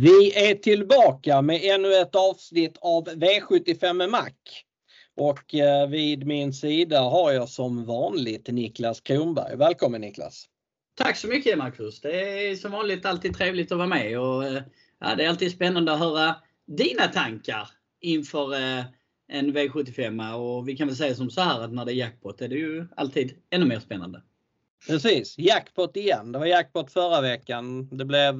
Vi är tillbaka med ännu ett avsnitt av V75 med Mac. Och vid min sida har jag som vanligt Niklas Kronberg. Välkommen Niklas. Tack så mycket Marcus. Det är som vanligt alltid trevligt att vara med. Och, det är alltid spännande att höra dina tankar inför en V75. Och vi kan väl säga som så här att när det är jackpot är det ju alltid ännu mer spännande. Precis, jackpot igen. Det var jackpot förra veckan. Det blev...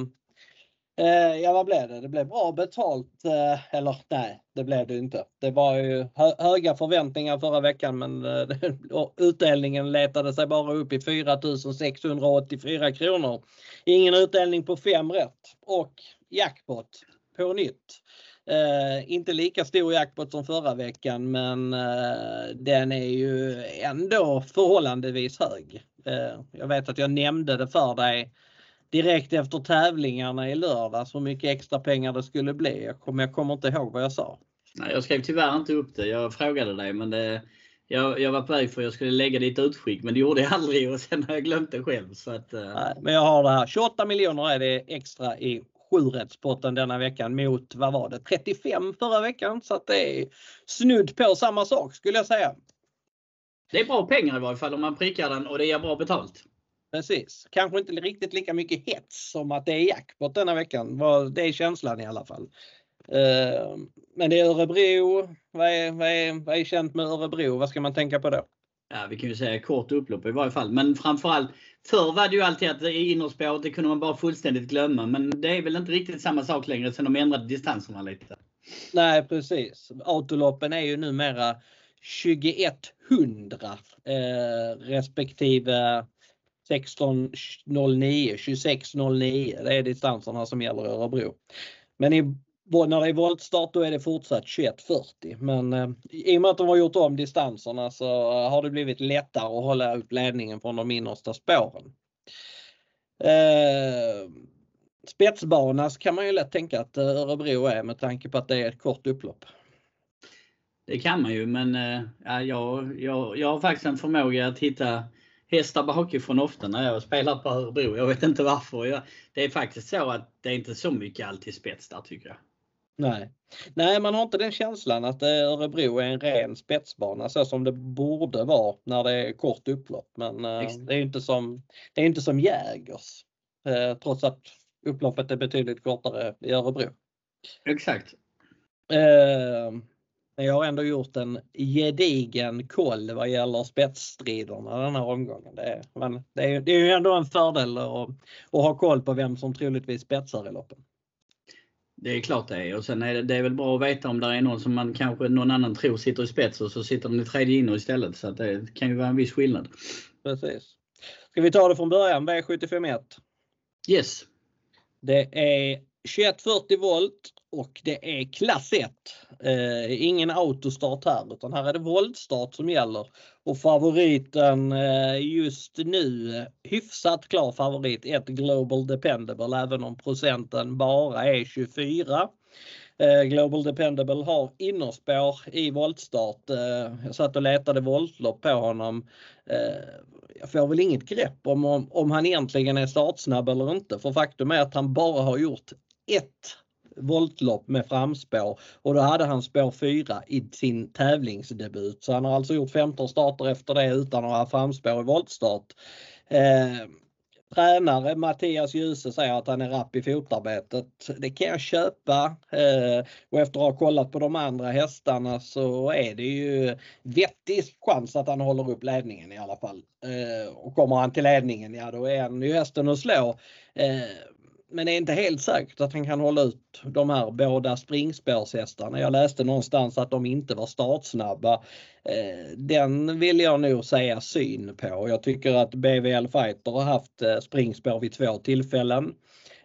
vad blev det? Det blev bra betalt, eller nej, det blev det inte. Det var ju höga förväntningar förra veckan, men utdelningen letade sig bara upp i 4 684 kronor. Ingen utdelning på 5 rätt och jackpot på nytt. Inte lika stor jackpot som förra veckan, men den är ju ändå förhållandevis hög. Jag vet att jag nämnde det för dig direkt efter tävlingarna i lördags hur mycket extra pengar det skulle bli. Jag kommer inte ihåg vad jag sa. Nej, jag skrev tyvärr inte upp det. Jag frågade dig, men jag var på väg för jag skulle lägga ditt utskick, men det gjorde jag aldrig och sen har jag glömt det själv. Så att, Nej, men jag har det här. 28 miljoner är det extra i 7-rättspotten denna veckan mot, vad var det, 35 förra veckan. Så att det är snudd på samma sak skulle jag säga. Det är bra pengar i varje fall om man prickar den och det är bra betalt. Precis. Kanske inte riktigt lika mycket hets som att det är jackpot denna veckan. Det är känslan i alla fall. Men det är Örebro. Vad är känt med Örebro? Vad ska man tänka på då? Ja, vi kan ju säga kort upplopp i varje fall. Men framförallt, förr var det ju alltid att det är innerspår. Det kunde man bara fullständigt glömma. Men det är väl inte riktigt samma sak längre sen de ändrade distanserna lite.09 precis. Autoloppen är ju numera 2100 respektive 16.09, 26.09. Det är distanserna som gäller i Örebro. Men när det är voltstart då är det fortsatt 21.40. Men i och med att de har gjort om distanserna så har det blivit lättare att hålla upp ledningen från de innersta spåren. Spetsbana så kan man ju lätt tänka att Örebro är med tanke på att det är ett kort upplopp. Det kan man ju, men jag har faktiskt en förmåga att hitta hästar bakifrån ofta när jag spelar på Örebro. Jag vet inte varför. Det är faktiskt så att det är inte så mycket alltid spets där tycker jag. Nej, man har inte den känslan att Örebro är en ren spetsbana så som det borde vara när det är kort upplopp. Men det är inte som Jägers. Trots att upploppet är betydligt kortare i Örebro. Exakt. Jag har ändå gjort en gedigen koll vad gäller spetsstriderna den här omgången. Det är ju ändå en fördel att ha koll på vem som troligtvis spetsar i loppen. Det är klart det är. Och sen är det väl bra att veta om det är någon som man kanske någon annan tror sitter i spets och så sitter de i tredje inner istället. Så att det kan ju vara en viss skillnad. Precis. Ska vi ta det från början? V75-1. Yes. Det är 2140 volt och det är klass 1. Ingen autostart här utan här är det voltstart som gäller. Och favoriten just nu, hyfsat klar favorit, ett Global Dependable även om procenten bara är 24. Global Dependable har innerspår i voltstart. Jag satt och letade voltlopp på honom. Jag får väl inget grepp om han egentligen är startsnabb eller inte. För faktum är att han bara har gjort ett voltlopp med framspår och då hade han spår 4 i sin tävlingsdebut. Så han har alltså gjort 15 starter efter det utan att ha framspår i voltstart. Tränare Mattias Djuse säger att han är rapp i fotarbetet. Det kan jag köpa. Och efter att ha kollat på de andra hästarna så är det ju vettig chans att han håller upp ledningen i alla fall. Och kommer han till ledningen, ja då är han ju hästen att slå. Men det är inte helt säkert att han kan hålla ut de här båda springspårshästarna. Jag läste någonstans att de inte var startsnabba. Den vill jag nog säga syn på. Jag tycker att BVL Fighter har haft springspår vid 2 tillfällen.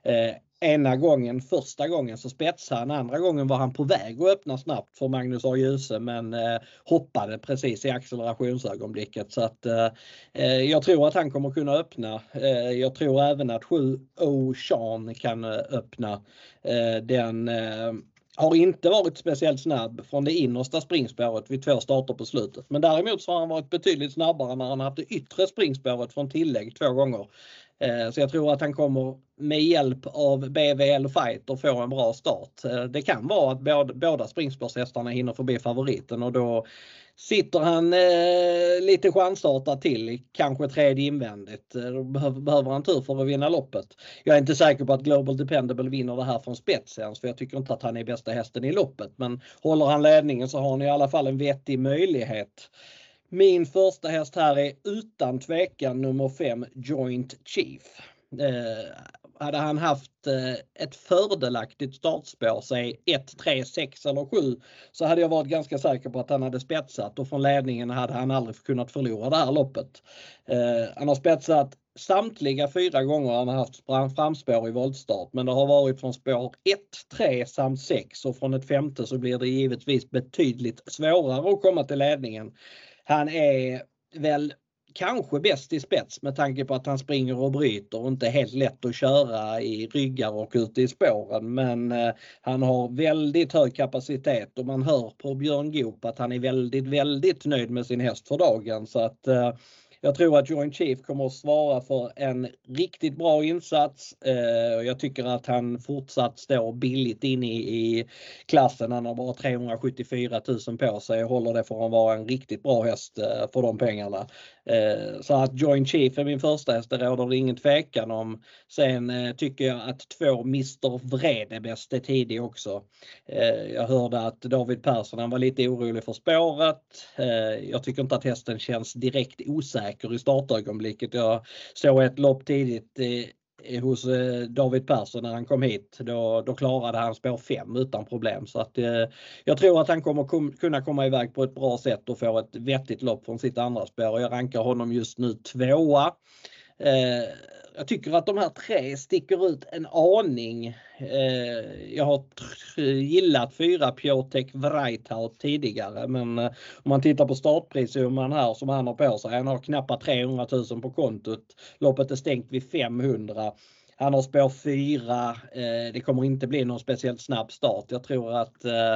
Första gången så spetsade han, andra gången var han på väg att öppna snabbt för Magnus A. Djuse men hoppade precis i accelerationsögonblicket. Så att jag tror att han kommer kunna öppna. Jag tror även att 7 O'Shan kan öppna. Den har inte varit speciellt snabb från det innersta springspåret vid 2 starter på slutet. Men däremot så har han varit betydligt snabbare när han haft det yttre springspåret från tillägg 2 gånger. Så jag tror att han kommer med hjälp av BVL Fighter få en bra start. Det kan vara att båda springspårshästarna hinner förbi favoriten och då sitter han lite chansstartar till, kanske tredje invändigt. Då behöver han tur för att vinna loppet. Jag är inte säker på att Global Dependable vinner det här från spets ens, för jag tycker inte att han är bästa hästen i loppet. Men håller han ledningen så har han i alla fall en vettig möjlighet. Min första häst här är utan tvekan nummer 5, Joint Chief. Hade han haft ett fördelaktigt startspår, säg 1, 3, 6 eller 7, så hade jag varit ganska säker på att han hade spetsat, och från ledningen hade han aldrig kunnat förlora det här loppet. Han har spetsat samtliga 4 gånger han har haft framspår i voltstart, men det har varit från spår 1, 3 samt 6, och från ett femte så blir det givetvis betydligt svårare att komma till ledningen. Han är väl kanske bäst i spets med tanke på att han springer och bryter och inte helt lätt att köra i ryggar och ute i spåren. Men han har väldigt hög kapacitet och man hör på Björn Goop att han är väldigt nöjd med sin häst för dagen. Så att jag tror att Joint Chief kommer att svara för en riktigt bra insats. Jag tycker att han fortsatt står billigt in i klassen. Han har bara 374 000 på sig. Jag håller det för att vara en riktigt bra häst för de pengarna. Så att Joint Chief är min första häst, det råder det ingen tvekan om. Sen tycker jag att 2 Mr. Vred är bäst tidig också. Jag hörde att David Persson, han var lite orolig för spåret. Jag tycker inte att hästen känns direkt osäker i startögonblicket. Jag såg ett lopp tidigt hos David Persson när han kom hit. Då klarade han spår 5 utan problem. Så att jag tror att han kommer kunna komma iväg på ett bra sätt och få ett vettigt lopp från sitt andra spår. Jag rankar honom just nu 2:a. Jag tycker att de här 3 sticker ut en aning. Jag har gillat 4 Piotek Vreithout tidigare, men om man tittar på startprissumman här som han har på sig, han har knappt 300 000 på kontot. Loppet är stängt vid 500. Han har spår 4. Det kommer inte bli någon speciellt snabb start. Jag tror att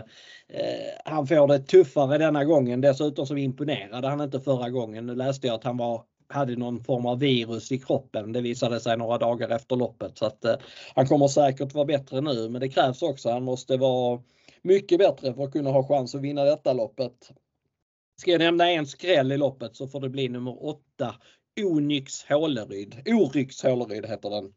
han får det tuffare denna gången. Dessutom så imponerade han inte förra gången. Nu läste jag att han hade någon form av virus i kroppen. Det visade sig några dagar efter loppet. Så att han kommer säkert vara bättre nu. Men det krävs också. Han måste vara mycket bättre för att kunna ha chans att vinna detta loppet. Ska jag nämna en skräll i loppet så får det bli nummer 8. Oryx Håleryd heter den.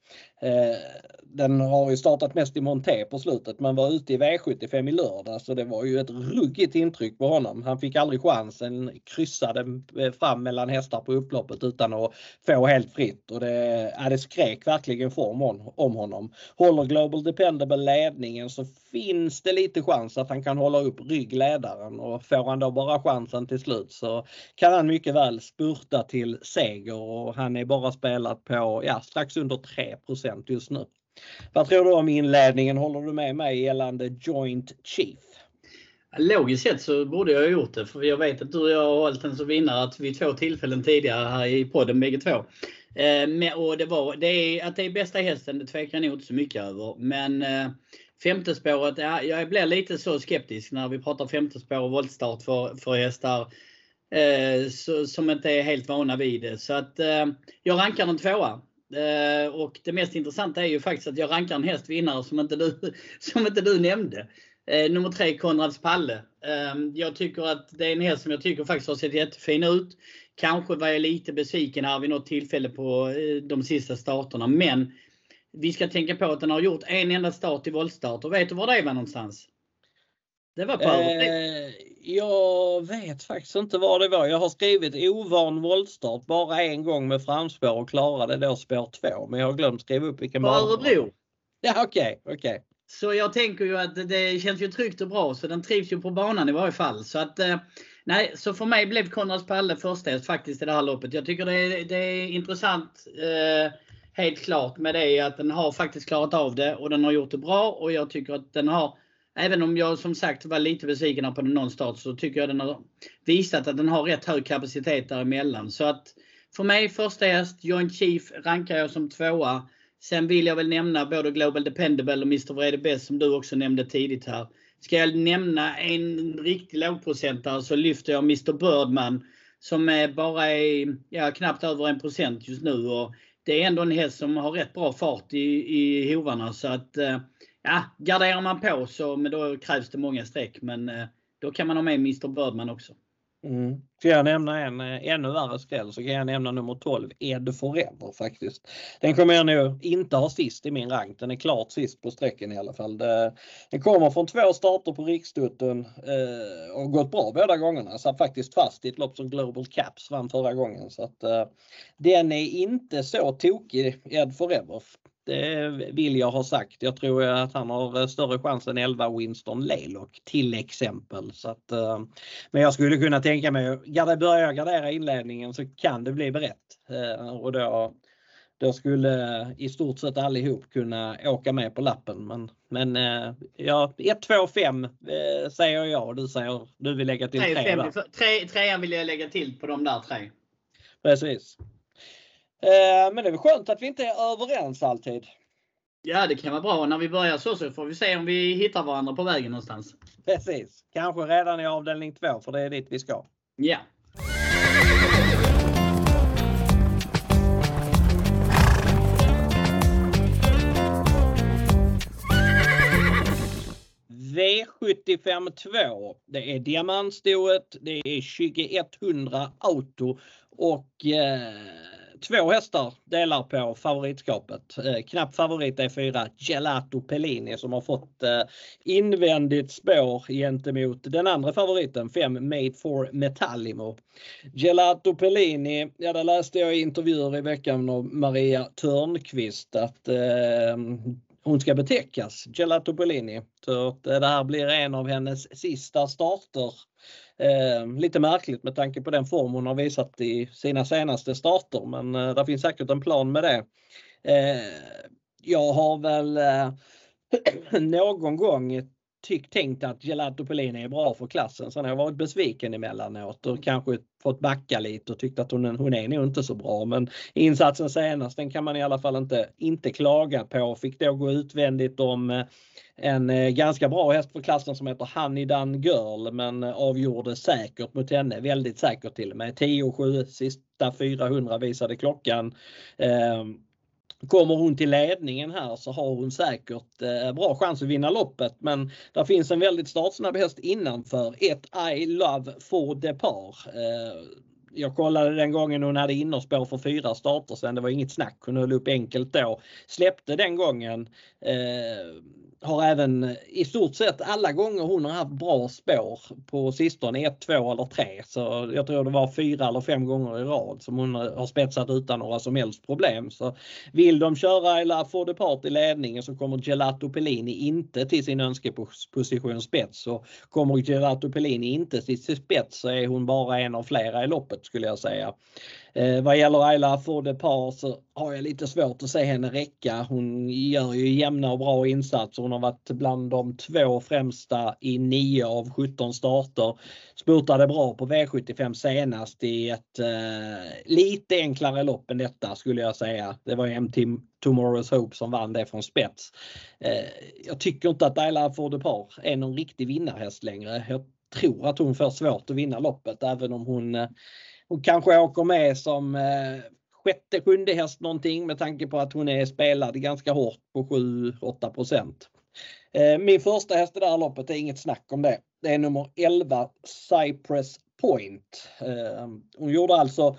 Den har ju startat mest i Monté på slutet, men var ute i V75 i lördag, så det var ju ett ruggigt intryck på honom. Han fick aldrig chansen, kryssade fram mellan hästar på upploppet utan att få helt fritt, och det skrek verkligen form om honom. Håller Global Dependable ledningen så finns det lite chans att han kan hålla upp ryggledaren, och får han då bara chansen till slut så kan han mycket väl spurta till seger, och han är bara spelat på strax under 3% just nu. Vad tror du om inledningen? Håller du med mig gällande Joint Chief? Logiskt sett så borde jag ha gjort det, för jag vet att du och jag har hållit den som vinnare att vid 2 tillfällen tidigare här i podden bägge två. Och det är bästa hästen, det tvekar jag nog inte så mycket över. Men femte spåret, jag blir lite så skeptisk när vi pratar femte spår och voltstart för hästar som inte är helt vana vid det. Så att jag rankar en 2:a. Och det mest intressanta är ju faktiskt att jag rankar en hästvinnare som inte du nämnde. Nummer 3, Konrads Palle. Jag tycker att det är en häst som jag tycker faktiskt har sett jättefin ut. Kanske var jag lite besviken här vid något tillfälle på de sista starterna. Men vi ska tänka på att den har gjort en enda start i voltstart. Och vet du var det var någonstans? Det var på jag vet faktiskt inte vad det var. Jag har skrivit ovan voltstart bara en gång med framspår och klarade då spår 2. Men jag har glömt skriva upp vilken bana. Örebro. Ja, okej. Så jag tänker ju att det känns ju tryggt och bra, så den trivs ju på banan i varje fall. Så att så för mig blev Konrads Palle första häst faktiskt i det här loppet. Jag tycker det är intressant helt klart med det att den har faktiskt klarat av det och den har gjort det bra, och jag tycker att den har, även om jag som sagt var lite besviken på den någonstans, så tycker jag den har visat att den har rätt hög kapacitet däremellan. Så att för mig första häst, Joint Chief, rankar jag som 2:a. Sen vill jag väl nämna både Global Dependable och Mr. Vrede Best som du också nämnde tidigt här. Ska jag nämna en riktig lågprocentare så lyfter jag Mr. Birdman som bara är knappt över 1% just nu. Och det är ändå en häst som har rätt bra fart i hovarna. Så att garderar man på så, men då krävs det många streck. Men då kan man ha med Mr. Birdman också. Ska jag nämna en ännu värre skräll så kan jag nämna nummer 12, Ed Forever faktiskt. Den kommer jag nog inte ha sist i min rank. Den är klart sist på sträcken i alla fall. Den kommer från 2 starter på Riksstutten och gått bra båda gångerna. Satt faktiskt fast i ett lopp som Global Caps vann förra gången. Så att den är inte så tokig, Ed Forever. Det vill jag ha sagt. Jag tror att han har större chans än 11 Winston Laylock till exempel. Så att, men jag skulle kunna tänka mig, börja gardera inledningen så kan det bli berett. Och då skulle i stort sett allihop kunna åka med på lappen. Men 1, 2, 5 säger jag och du vill lägga till 3 där. 3 vill jag lägga till på de där 3. Precis. Men det är väl skönt att vi inte är överens alltid. Ja, det kan vara bra. När vi börjar så får vi se om vi hittar varandra på vägen någonstans. Precis. Kanske redan i avdelning 2 för det är dit vi ska. Ja. V75 2. Det är diamantstoet. Det är 2100 auto och 2 hästar delar på favoritskapet. Knapp favorit är 4 Gelato Pellini som har fått invändigt spår gentemot den andra favoriten 5 Made for Metallimo. Gelato Pellini, där läste jag i intervjuer i veckan av Maria Törnqvist att hon ska betäckas, Gelato Pellini. Så att det här blir en av hennes sista starter. Lite märkligt med tanke på den form hon har visat i sina senaste starter. Men det finns säkert en plan med det. Jag har väl någon gång tänkt att Gelato Pellini är bra för klassen. Sen har jag varit besviken emellanåt och kanske fått backa lite och tyckt att hon är nog inte så bra. Men insatsen senast, den kan man i alla fall inte klaga på. Fick då gå utvändigt om en ganska bra häst för klassen som heter Honey Done Girl, men avgjorde säkert mot henne, väldigt säkert till och med. 10-7 sista 400 visade klockan. Kommer hon till ledningen här så har hon säkert bra chans att vinna loppet. Men där finns en väldigt startsnabb häst innanför. Ett I Love for Depart. Jag kollade den gången hon hade innerspår för 4 starter sen. Det var inget snack. Hon höll upp enkelt då. Släppte den gången. Har även i stort sett alla gånger hon har haft bra spår på sistone 1, 2 eller 3. Så jag tror det var 4 eller 5 gånger i rad som hon har spetsat utan några som helst problem. Så vill de köra eller få depart i ledningen så kommer Gelato Pellini inte till sin önskeposition spets. Så kommer Gelato Pellini inte till sin spets så är hon bara en av flera i loppet skulle jag säga. Vad gäller Ayla for Depart så har jag lite svårt att se henne räcka. Hon gör ju jämna och bra insatser. Hon har varit bland de 2 främsta i 9 av 17 starter. Spurtade bra på V75 senast i ett lite enklare lopp än detta skulle jag säga. Det var MT Tomorrow's Hope som vann det från spets. Jag tycker inte att Ayla for Depart är någon riktig vinnarhäst längre. Jag tror att hon får svårt att vinna loppet även om hon kanske åker med som 6:e, 7:e häst någonting med tanke på att hon är spelad ganska hårt på 7-8%. Min första häst i det här loppet är inget snack om det. Det är nummer 11 Cypress Point. Hon gjorde alltså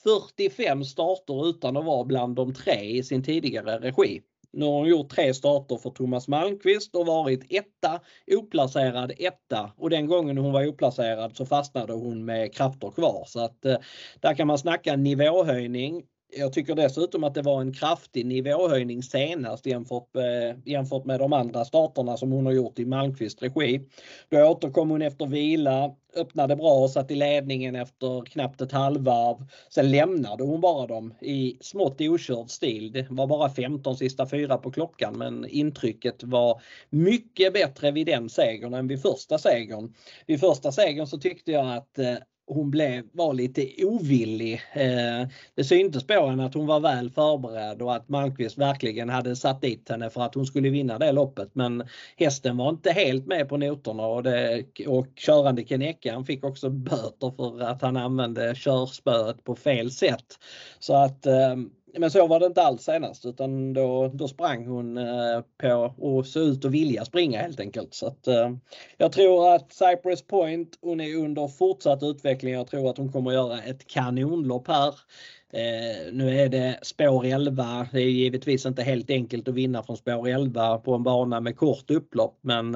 45 starter utan att vara bland de 3 i sin tidigare regi. Nu har hon gjort 3 starter för Thomas Malmqvist och varit oplacerad etta. Och den gången hon var oplacerad så fastnade hon med krafter kvar. Så att där kan man snacka nivåhöjning. Jag tycker dessutom att det var en kraftig nivåhöjning senast jämfört med de andra starterna som hon har gjort i Malmqvist regi. Då återkom hon efter vila, öppnade bra och satt i ledningen efter knappt ett halvvarv. Sen lämnade hon bara dem i smått okörd stil. Det var bara 15 sista 4 på klockan men intrycket var mycket bättre vid den segern än vid första segern. Vid första segern så tyckte jag att hon var lite ovillig. Det syntes på henne att hon var väl förberedd och att Malmqvist verkligen hade satt dit henne för att hon skulle vinna det loppet. Men hästen var inte helt med på noterna och körande Keneka, han fick också böter för att han använde körspöet på fel sätt. Så att Men så var det inte alls senast, utan då sprang hon på och såg ut att vilja springa helt enkelt. Så att, jag tror att Cypress Point, hon är under fortsatt utveckling. Jag tror att hon kommer göra ett kanonlopp här. Nu är det spår 11. Det är givetvis inte helt enkelt att vinna från spår 11 på en bana med kort upplopp. Men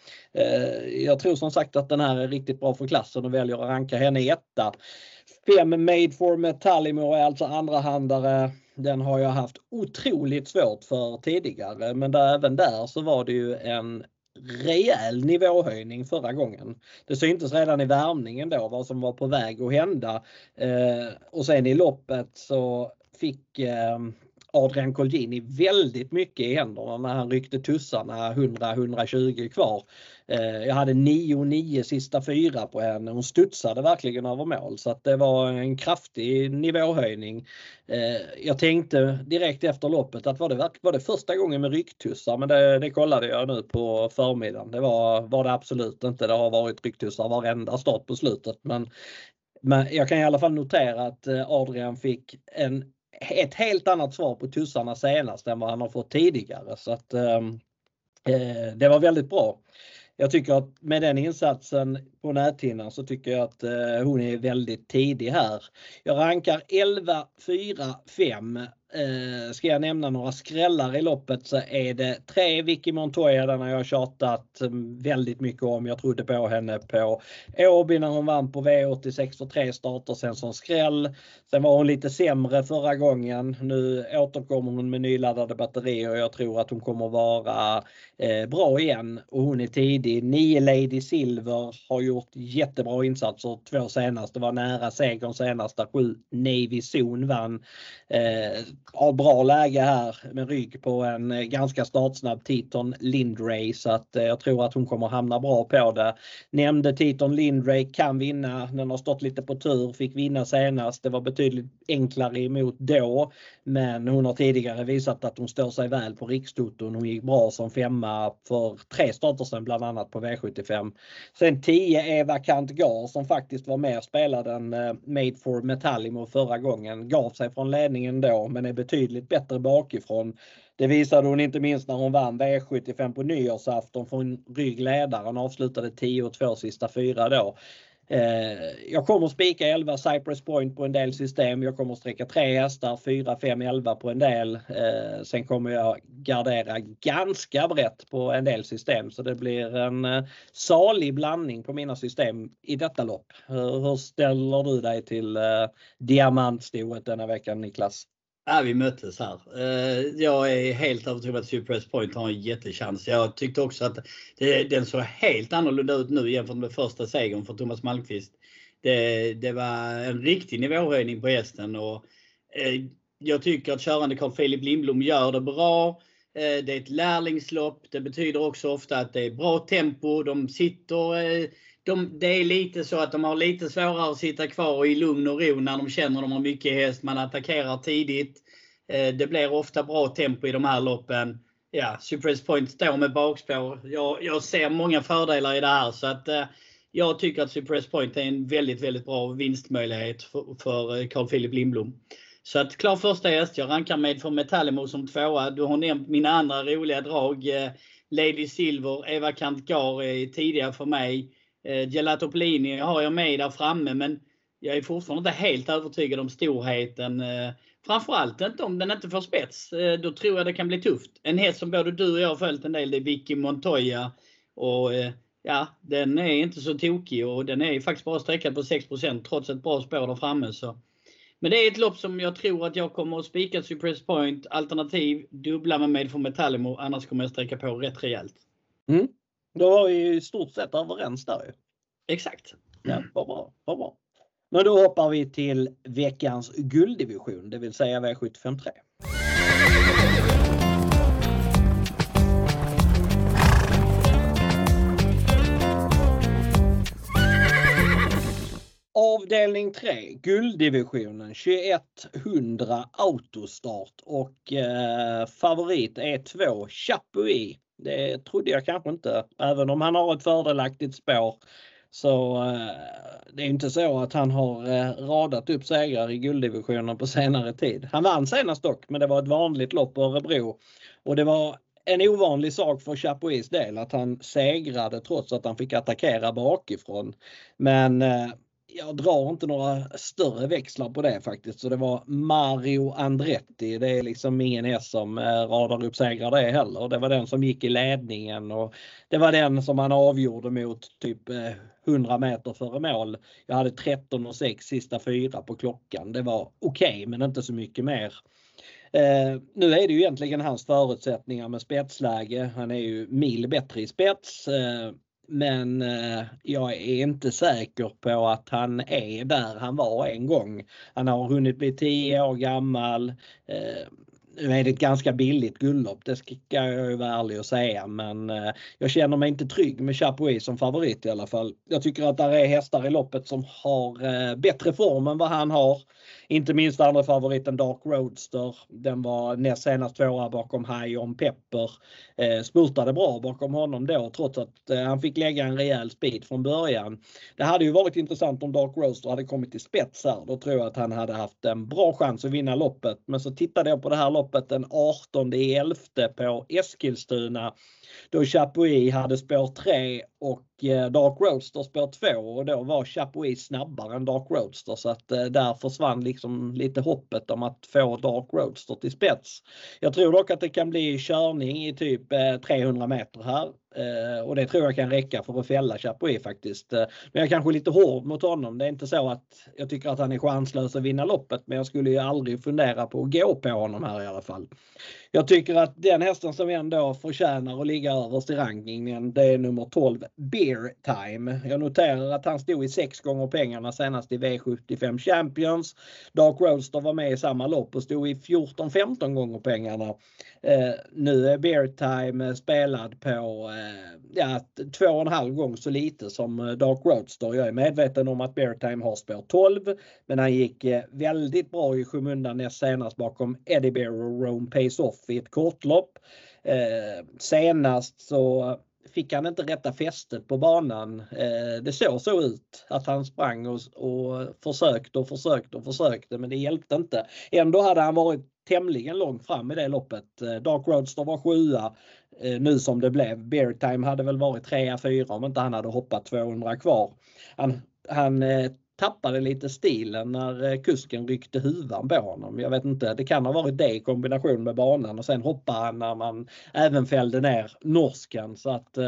jag tror som sagt att den här är riktigt bra för klassen och väljer att ranka henne i etta. 5 Made for Metallimo är alltså andrahandare. Den har jag haft otroligt svårt för tidigare. Men även där så var det ju en rejäl nivåhöjning förra gången. Det syntes redan i värmningen då vad som var på väg att hända. Och sen i loppet så fick Adrian Colgjini väldigt mycket i händerna när han ryckte tussarna 100-120 kvar. Jag hade 9 sista 4 på henne. Hon studsade verkligen över mål, så att det var en kraftig nivåhöjning. Jag tänkte direkt efter loppet att var det första gången med rycktussar, men det kollade jag nu på förmiddagen. Det var det absolut inte. Det har varit rycktussar varenda start på slutet, men jag kan i alla fall notera att Adrian fick ett helt annat svar på tussarna senast än vad han har fått tidigare, så att det var väldigt bra. Jag tycker att med den insatsen på näthinnan så tycker jag att hon är väldigt tidig här. Jag rankar 11, 4, 5. Ska jag nämna några skrällar i loppet så är det 3 Vicky Montoya, den har jag tjatat väldigt mycket om. Jag trodde på henne på Åby när hon vann på V86 för 3 starter sen som skräll. Sen var hon lite sämre förra gången. Nu återkommer hon med nyladdade batterier och jag tror att hon kommer vara bra igen. Och hon är tidig. 9 Lady Silver har gjort jättebra insatser 2 senast. Det var nära segern senast där 7 Navy Zone vann. Har bra läge här med rygg på en ganska startsnabb Titon Lindray, så att jag tror att hon kommer hamna bra på det. Nämnde Titon Lindray kan vinna. Den har stått lite på tur, fick vinna senast. Det var betydligt enklare emot då, men hon har tidigare visat att hon står sig väl på Rikstoton. Hon gick bra som 5:a för 3 starter sedan, bland annat på V75. Sen 10 Eva Kantgar som faktiskt var med och spelade en Made for Metallimo förra gången. Gav sig från ledningen då, men är betydligt bättre bakifrån. Det visade hon inte minst när hon vann V75 på nyårsafton från ryggledaren. Avslutade 10-2 sista 4 då. Jag kommer spika 11 Cypress Point på en del system. Jag kommer sträcka 3 hästar, 4, 5, 11 på en del. Sen kommer jag gardera ganska brett på en del system. Så det blir en salig blandning på mina system i detta lopp. Hur ställer du dig till diamantstoet denna veckan, Niklas? Ja, vi möttes här. Jag är helt övertygad att Cypress Point har en jättechans. Jag tyckte också att den såg helt annorlunda ut nu jämfört med första segern för Thomas Malmqvist. Det var en riktig nivåhöjning på hästen och jag tycker att körande Carl Philip Lindblom gör det bra. Det är ett lärlingslopp. Det betyder också ofta att det är bra tempo. De sitter... Det är lite så att de har lite svårare att sitta kvar i lugn och ro när de känner att de har mycket häst. Man attackerar tidigt. Det blir ofta bra tempo i de här loppen. Ja, Cypress Point står med bakspår. Jag ser många fördelar i det här. Så att jag tycker att Cypress Point är en väldigt, väldigt bra vinstmöjlighet för Carl Philip Lindblom. Så att klar första häst. Jag rankar med för Metallimo som 2:a. Du har nämnt mina andra roliga drag. Lady Silver, Eva Kantgar är tidiga för mig. Gelato Polini har jag med där framme, men jag är fortfarande inte helt övertygad om storheten. Framförallt inte om den inte får spets. Då tror jag det kan bli tufft. En häst som både du och jag har följt en del, det är Vicky Montoya. Och ja, den är inte så tokig och den är faktiskt bara sträckad på 6% trots ett bra spår där framme. Så. Men det är ett lopp som jag tror att jag kommer att spika Cypress Point. Alternativ, dubbla med Made for Metallimo. Annars kommer jag sträcka på rätt rejält. Mm. Då var vi i stort sett överens där ju. Exakt. Ja, vad bra. Men då hoppar vi till veckans gulddivision, det vill säga V75 3. Avdelning 3, gulddivisionen, 2100 autostart och favorit är 2 Chapuis. Det trodde jag kanske inte, även om han har ett fördelaktigt spår Så det är inte så att han har radat upp segrar i gulddivisionen på senare tid. Han vann senast dock, men det var ett vanligt lopp på Örebro. Och det var en ovanlig sak för Chapuis del att han segrade trots att han fick attackera bakifrån. Men jag drar inte några större växlar på det faktiskt. Så det var Mario Andretti. Det är liksom ingen häst som radar upp segrar det heller. Det var den som gick i ledningen och det var den som han avgjorde mot typ 100 meter före mål. Jag hade 13,6 sista 4 på klockan. Det var okej, men inte så mycket mer. Nu är det ju egentligen hans förutsättningar med spetsläge. Han är ju mil bättre i spets. Men jag är inte säker på att han är där han var en gång. Han har hunnit bli 10 år gammal. Nu är det ett ganska billigt guldlopp, det ska jag ju vara ärlig och säga. Men jag känner mig inte trygg med Chapuis som favorit i alla fall. Jag tycker att där är hästar i loppet som har bättre form än vad han har. Inte minst andra favoriten Dark Roadster. Den var näst senast 2 bakom High on Pepper. Spurtade bra bakom honom då trots att han fick lägga en rejäl speed från början. Det hade ju varit intressant om Dark Roadster hade kommit till spets här. Då tror jag att han hade haft en bra chans att vinna loppet. Men så tittade jag på det här loppet den 18/11 på Eskilstuna. Då Chapuis hade spår 3 och Dark Roadster spår 2 och då var Chapuis snabbare än Dark Roadster så att där försvann liksom lite hoppet om att få Dark Roadster till spets. Jag tror dock att det kan bli körning i typ 300 meter här och det tror jag kan räcka för att fälla Chapuis faktiskt. Men jag är kanske lite hård mot honom. Det är inte så att jag tycker att han är chanslös att vinna loppet, men jag skulle ju aldrig fundera på att gå på honom här i alla fall. Jag tycker att den hästen som ändå förtjänar att ligga överst i rankingen, det är nummer 12 Beer Time. Jag noterar att han stod i 6 gånger pengarna senast i V75 Champions. Dark Roadster var med i samma lopp och stod i 14-15 gånger pengarna. Nu är Beer Time spelad på 2,5 gånger så lite som Dark Roadster. Jag är medveten om att Beer Time har spår 12, men han gick väldigt bra i skymundan näst senast bakom Eddie Bear och Rome Pace Off i ett kortlopp. Senast så fick han inte rätta fästet på banan. Det såg så ut att han sprang och försökte men det hjälpte inte. Ändå hade han varit tämligen långt fram i det loppet. Dark Roadster var 7 nu som det blev. Beer Time hade väl varit 3-4 om inte han hade hoppat 200 kvar. Han tappade lite stilen när kusken ryckte huvan på honom. Jag vet inte, det kan ha varit det i kombination med banan och sen hoppade han när man även fällde ner norskan. Så att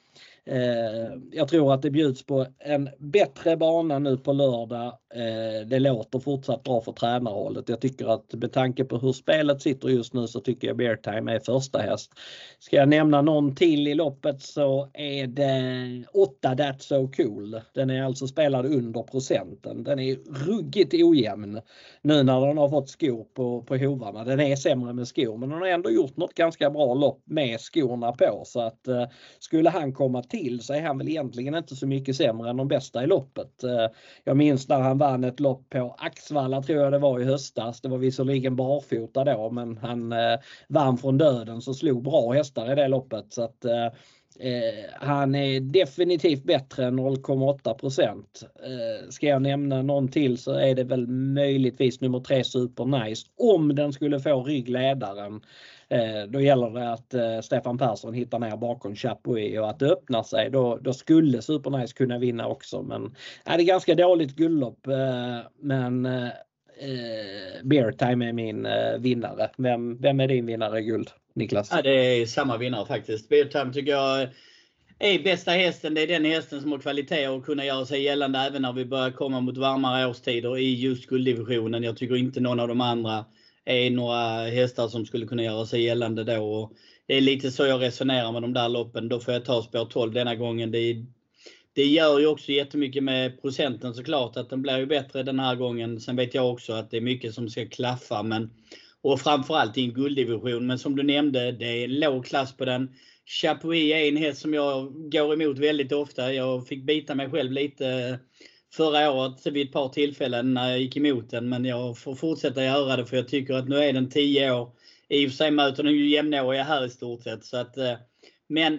jag tror att det bjuds på en bättre bana nu på lördag. Det låter fortsatt bra för tränarhållet. Jag tycker att med tanke på hur spelet sitter just nu så tycker jag Beer Time är första häst. Ska jag nämna någon till i loppet så är det 8 That's So Cool. Den är alltså spelad under procenten. Den är ruggigt ojämn nu när den har fått skor på hovarna. Den är sämre med skor men den har ändå gjort något ganska bra lopp med skorna på. Så att skulle han komma till så är han väl egentligen inte så mycket sämre än de bästa i loppet. Jag minns när han vann ett lopp på Axvalla tror jag det var i höstas. Det var visserligen barfota då men han vann från döden så slog bra hästar i det loppet. Så att han är definitivt bättre än 0,8%. Ska jag nämna någon till så är det väl möjligtvis nummer 3 Super Nice. Om den skulle få ryggledaren då gäller det att Stefan Persson hittar ner bakom Chapuis och att det öppnar sig. Då skulle Super Nice kunna vinna också. Men det är ganska dåligt guldlopp. Men Beer Time är min vinnare. Vem är din vinnare guld, Niklas? Ja, det är samma vinnare faktiskt. Beer Time tycker jag är bästa hästen. Det är den hästen som har kvalitet och kunna göra sig gällande även när vi börjar komma mot varmare årstider i just gulddivisionen. Jag tycker inte någon av de andra är några hästar som skulle kunna göra sig gällande då. Och det är lite så jag resonerar med de där loppen. Då får jag ta spår 12 denna gången. Det gör ju också jättemycket med procenten såklart. Att den blir ju bättre den här gången. Sen vet jag också att det är mycket som ska klaffa. Och framförallt i en gulddivision. Men som du nämnde, det är låg klass på den. Chapuis är en häst som jag går emot väldigt ofta. Jag fick bita mig själv lite förra året vid ett par tillfällen när jag gick emot den. Men jag får fortsätta göra det för jag tycker att nu är den 10 år. I och för sig möter den ju jämnåriga här i stort sett. Så att, men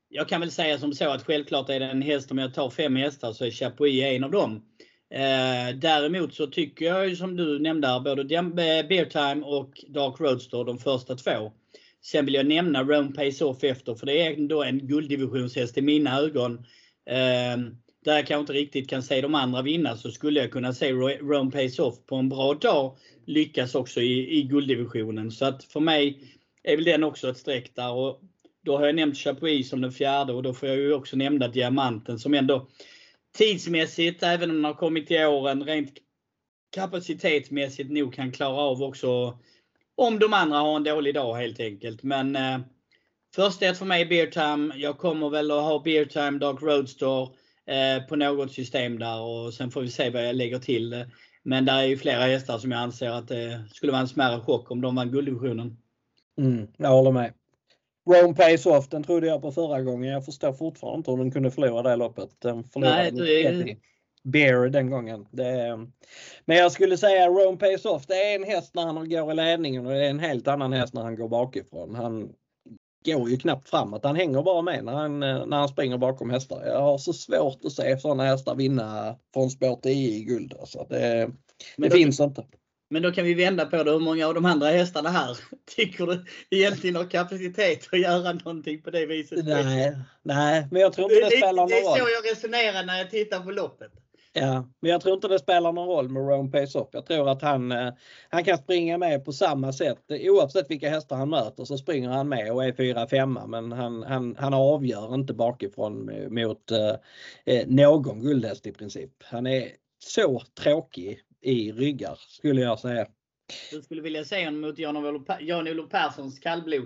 jag kan väl säga som så att självklart är det en häst, om jag tar 5 hästar så är Chapuis en av dem. Däremot så tycker jag ju som du nämnde både Beer Time och Dark Roadster, de första 2. Sen vill jag nämna Rome Pays Off efter, för det är ändå en gulddivisionshäst i mina ögon. Där jag kanske inte riktigt kan se de andra vinna, så skulle jag kunna se Rome Pays Off på en bra dag lyckas också i gulddivisionen. Så att för mig är väl den också ett streck där, och då har jag nämnt Chapuis som den 4:e, och då får jag ju också nämna Diamanten som ändå tidsmässigt, även om den har kommit i åren, rent kapacitetsmässigt nog kan klara av också om de andra har en dålig dag helt enkelt. Men först är för mig Beer Time. Jag kommer väl att ha Beer Time, Dark Roadster på något system där, och sen får vi se vad jag lägger till. Men där är ju flera hästar som jag anser att det skulle vara en smärre chock om de vann gulddivisionen. Jag håller med. Rome Pays Off, den trodde jag på förra gången. Jag förstår fortfarande inte hur den kunde förlora det loppet. Den förlorade Bear den gången. Men jag skulle säga Rome Pays Off, det är en häst när han går i ledningen, och det är en helt annan häst när han går bakifrån. Han går ju knappt framåt. Han hänger bara med när han springer bakom hästar. Jag har så svårt att se sådana hästar vinna från spår 10 i guld. Alltså det finns inte. Men då kan vi vända på det. Hur många av de andra hästarna här tycker du egentligen har kapacitet att göra någonting på det viset? Nej, men jag tror inte det spelar någon roll. Det är så jag resonerar när jag tittar på loppet. Ja, men jag tror inte det spelar någon roll med Rome Pays Off. Jag tror att han kan springa med på samma sätt. Oavsett vilka hästar han möter så springer han med och är 4-5. Men han avgör inte bakifrån mot någon guldhäst i princip. Han är så tråkig i ryggar, skulle jag säga. Du skulle vilja se honom mot Jan-Olof Perssons kallblod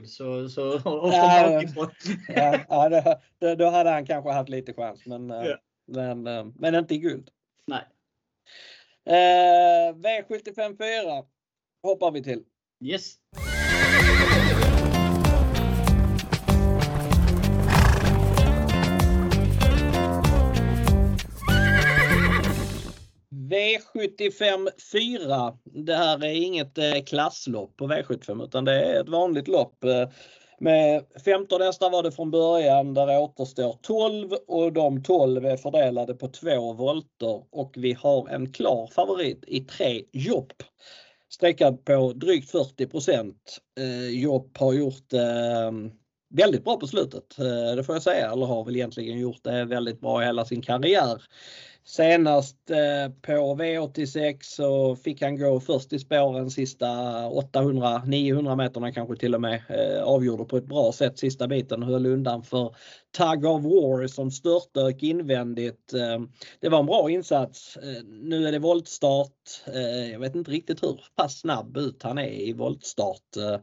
då hade han kanske haft lite chans, men inte i guld. Nej. V75 4 hoppar vi till. Yes. V75 4. Det här är inget klasslopp på V75, utan det är ett vanligt lopp. Med 15 hästar var det från början, där återstår 12, och de 12 är fördelade på 2 volter, och vi har en klar favorit i 3 Jopp. Sträckad på drygt 40%. Jopp har gjort väldigt bra på slutet, det får jag säga, eller har väl egentligen gjort det väldigt bra i hela sin karriär. Senast på V86 så fick han gå först i spåren sista 800-900 meterna kanske till och med. Avgjorde på ett bra sätt sista biten och höll undan för Tug of War som störtdök invändigt. Det var en bra insats. Nu är det voltstart. Jag vet inte riktigt hur pass snabb ut han är i voltstart.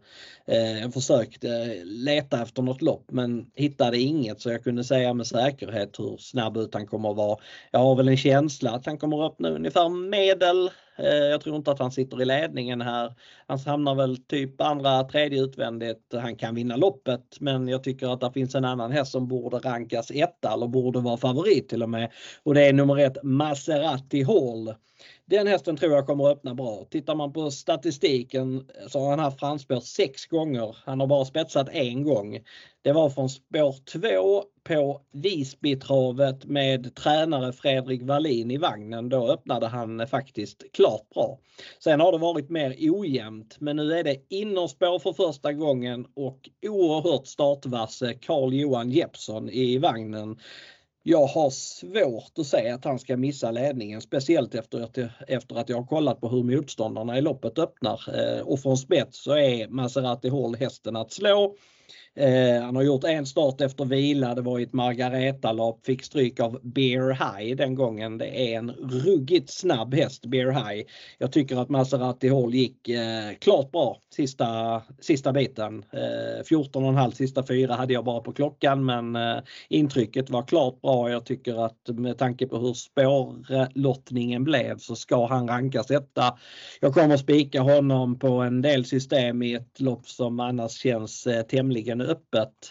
Jag försökte leta efter något lopp men hittade inget, så jag kunde säga med säkerhet hur snabb ut han kommer att vara. Jag har väl en känsla att han kommer att öppna ungefär medel. Jag tror inte att han sitter i ledningen här. Han hamnar väl typ andra, tredje utvändigt. Han kan vinna loppet, men jag tycker att det finns en annan häst som borde rankas etta eller borde vara favorit till och med. Och det är nummer 1 Maserati Hall. Den hästen tror jag kommer att öppna bra. Tittar man på statistiken så har han haft framspår 6 gånger. Han har bara spetsat 1 gång. Det var från spår 2 på Visbytravet med tränare Fredrik Wallin i vagnen. Då öppnade han faktiskt klart bra. Sen har det varit mer ojämnt, men nu är det innerspår för första gången och oerhört startvasse Carl-Johan Jeppsson i vagnen. Jag har svårt att säga att han ska missa ledningen, speciellt efter att jag har kollat på hur motståndarna i loppet öppnar. Och från spets så är Maserati Hall hästen att slå. Han har gjort en start efter vila, det var ett Margareta-lopp, fick stryk av Bear High den gången. Det är en ruggigt snabb häst, Bear High. Jag tycker att Maserati Hall gick klart bra sista biten. 14,5 sista 4 hade jag bara på klockan, men intrycket var klart bra. Jag tycker att med tanke på hur spårlottningen blev så ska han rankas etta. Jag kommer spika honom på en del system i ett lopp som annars känns tämligen öppet.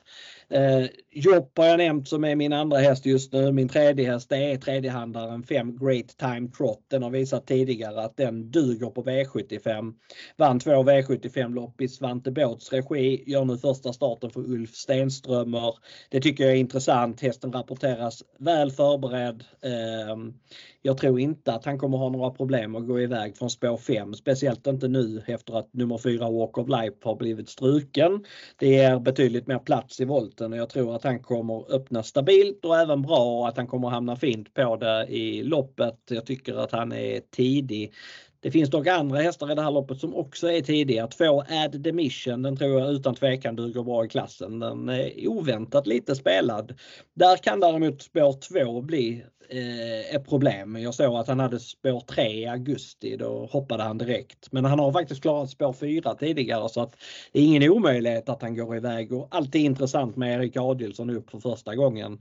Jobb har jag nämnt som är min andra häst just nu. Min tredje häst, det är tredjehandlaren 5 Great Time Trot. Den har visat tidigare att den duger på V75. Vann 2 V75-lopp i Svante Båths regi. Gör nu första starten för Ulf Stenströmer. Det tycker jag är intressant. Hästen rapporteras väl förberedd. Jag tror inte att han kommer ha några problem att gå iväg från spår 5. Speciellt inte nu efter att nummer 4 Walk of Life har blivit struken. Det är betydligt mer plats i volten och jag tror att han kommer öppna stabilt och även bra och att han kommer hamna fint på det i loppet. Jag tycker att han är tidig. Det finns dock andra hästar i det här loppet som också är tidiga. 2 Add the Mission, den tror jag utan tvekan duger bra i klassen. Den är oväntat lite spelad. Där kan däremot spår 2 bli ett problem. Jag såg att han hade spår 3 i augusti, då hoppade han direkt. Men han har faktiskt klarat spår 4 tidigare så att det är ingen omöjlighet att han går iväg. Och alltid intressant med Erik Adilsson upp för första gången.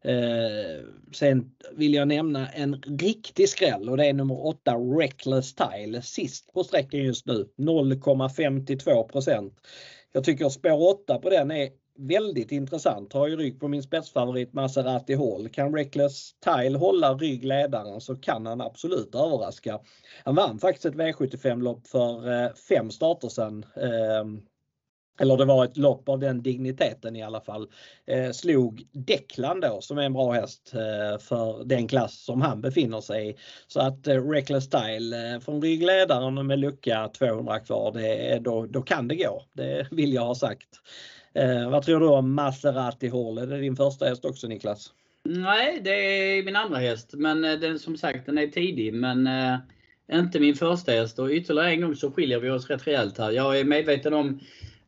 Sen vill jag nämna en riktig skräll och det är nummer 8 Reckless Tile. Sist på sträckan just nu, 0,52%. Jag tycker spår 8 på den är väldigt intressant. Har ju rygg på min spetsfavorit Maserati Hall. Kan Reckless Tile hålla ryggledaren så kan han absolut överraska. Han vann faktiskt ett V75-lopp för 5 starter sedan. Eller det var ett lopp av den digniteten i alla fall. Slog Declan då som är en bra häst för den klass som han befinner sig i. Så att Reckless Style från ryggledaren med lucka 200 kvar, då kan det gå. Det vill jag ha sagt. Vad tror du om Maserati Hall? Är det din första häst också, Niklas? Nej, det är min andra häst. Men den, som sagt, den är tidig. Men inte min första häst. Och ytterligare en gång så skiljer vi oss rätt rejält här. Jag är medveten om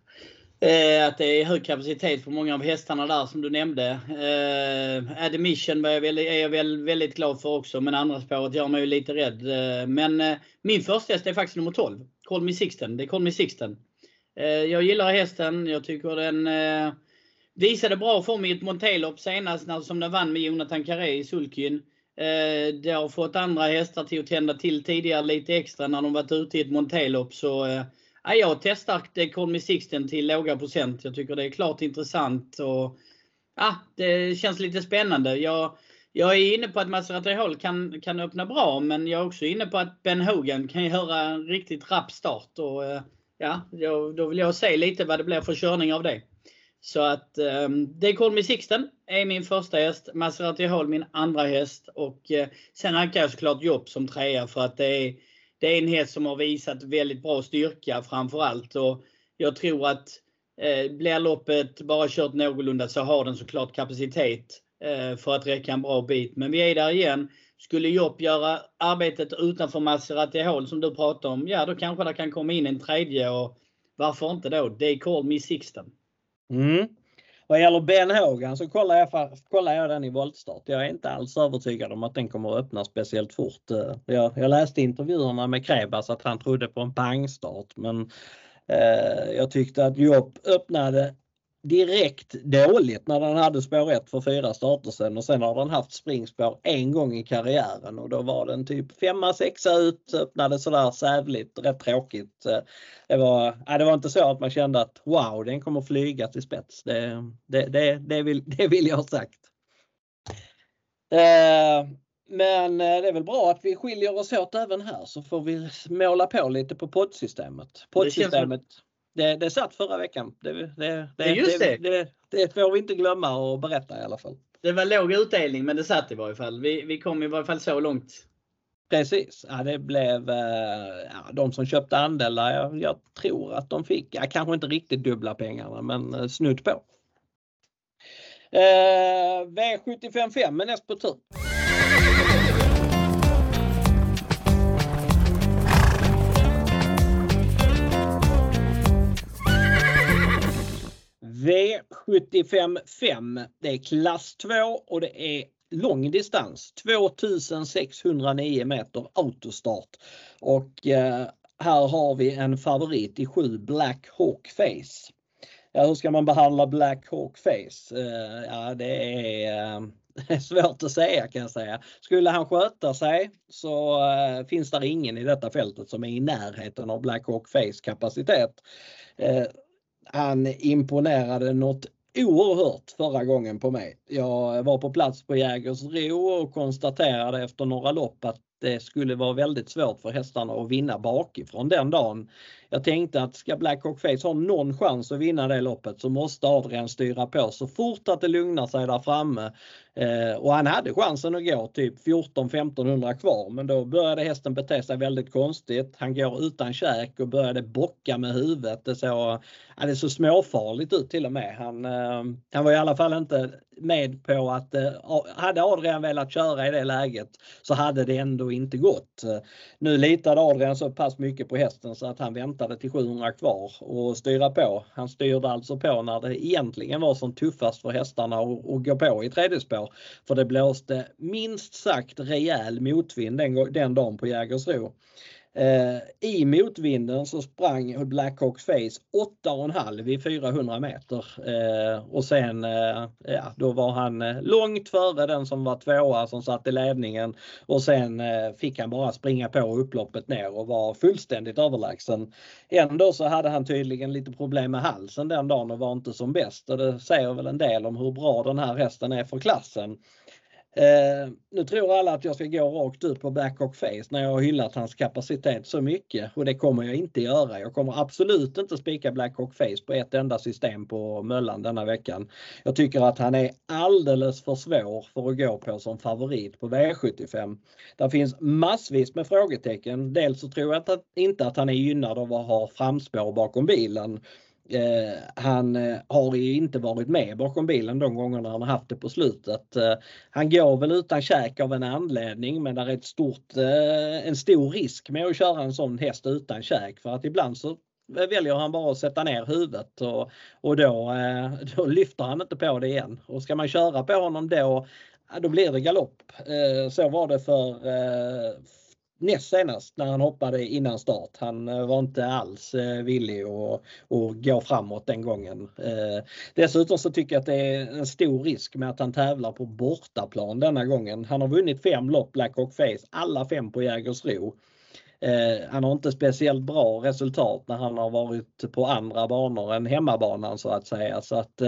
att det är hög kapacitet för många av hästarna där som du nämnde. Add the Mission är jag väldigt glad för också. Men andra spåret gör mig ju lite rädd. Men min första häst är faktiskt nummer 12. Call Me Sixten. Det är Call Me Sixten. Jag gillar hästen. Jag tycker den visade bra form i ett Montelopp senast som den vann med Jonathan Carré i Sulkyn. Det har fått andra hästar till att tända till tidigare lite extra när de varit ute i ett Montelopp. Så jag testar Call Me Sixten till låga procent. Jag tycker det är klart intressant och det känns lite spännande. Jag är inne på att Maserati Hall kan öppna bra, men jag är också inne på att Ben Hogan kan göra en riktigt rapp start och då vill jag se lite vad det blir för körning av det. Så att det Call Me Sixten är min första häst, Maserati Hall min andra häst och sen rankar jag såklart Jobb som trea för att det är en häst som har visat väldigt bra styrka framförallt och jag tror att blir loppet bara kört någorlunda så har den såklart kapacitet för att räcka en bra bit. Men vi är där igen. Skulle Jobb göra arbetet utanför Maserati Hall som du pratar om, då kanske det kan komma in en tredje och varför inte då? Det Call Me Sixten. Vad gäller Ben Hogan så kollar jag den i voltstart. Jag är inte alls övertygad om att den kommer att öppna speciellt fort. Jag läste intervjuerna med Krebas att han trodde på en pangstart, men jag tyckte att Jobb öppnade direkt dåligt när den hade spår 1 för 4 starter sedan och sen har den haft springspår en gång i karriären och då var den typ 5-6 ut, öppnade sådär sävligt, rätt tråkigt. Det var inte så att man kände att wow, den kommer flyga till spets. Det vill jag ha sagt. Men det är väl bra att vi skiljer oss åt även här så får vi måla på lite på poddsystemet. Det satt förra veckan. Det får vi inte glömma att berätta i alla fall. Det var låg utdelning men det satt i varje fall. Vi kom i varje fall så långt. Precis. Det blev de som köpte andelar. Jag tror att de fick kanske inte riktigt dubbla pengarna men snudd på. V75 är näst på tur. V75 det är klass 2 och det är lång distans. 2609 meter autostart. Och här har vi en favorit i 7 Black Hawk Face. Hur ska man behandla Black Hawk Face? Det är svårt att säga kan jag säga. Skulle han sköta sig så finns det ingen i detta fältet som är i närheten av Black Hawk Face kapacitet. Han imponerade något oerhört förra gången på mig. Jag var på plats på Jägersro och konstaterade efter några lopp att det skulle vara väldigt svårt för hästarna att vinna bakifrån den dagen. Jag tänkte att ska Black Hawk Face ha någon chans att vinna det loppet så måste Adrian styra på så fort att det lugnar sig där framme. Och han hade chansen att gå typ 14-1500 kvar, men då började hästen bete sig väldigt konstigt. Han går utan käk och började bocka med huvudet. Det så småfarligt ut till och med. Han var i alla fall inte med på att hade Adrian velat köra i det läget så hade det ändå inte gått. Nu litade Adrian så pass mycket på hästen så att han väntade till 700 kvar och styra på. Han styrde alltså på när det egentligen var som tuffast för hästarna att gå på i tredje spår. För det blåste minst sagt rejäl motvind den dagen på Jägersro. I motvinden så sprang Black Hawk Face 8,5 vid 400 meter och sen då var han långt före den som var tvåa som satt i ledningen och sen fick han bara springa på upploppet ner och var fullständigt överlägsen. Ändå så hade han tydligen lite problem med halsen den dagen och var inte som bäst, och det säger väl en del om hur bra den här hästen är för klassen. Nu tror alla att jag ska gå rakt ut på Black Hawk Face när jag har hyllat hans kapacitet så mycket, och det kommer jag inte göra. Jag kommer absolut inte spika Black Hawk Face på ett enda system på Möllan denna veckan. Jag tycker att han är alldeles för svår för att gå på som favorit på V75. Det finns massvis med frågetecken. Dels så tror jag inte att han är gynnad av att ha framspår bakom bilen. Han har ju inte varit med bakom bilen de gångerna han har haft det på slutet. Han går väl utan käk av en anledning, men det är en stor risk med att köra en sån häst utan käk, för att ibland så väljer han bara att sätta ner huvudet och då lyfter han inte på det igen. Och ska man köra på honom då blir det galopp. Så var det för näst senast när han hoppade innan start. Han var inte alls villig att gå framåt den gången. Dessutom så tycker jag att det är en stor risk med att han tävlar på bortaplan denna gången. Han har vunnit 5 lopp Black Hawk Face, alla 5 på Jägersro. Han har inte speciellt bra resultat när han har varit på andra banor än hemmabanan så att säga. Så att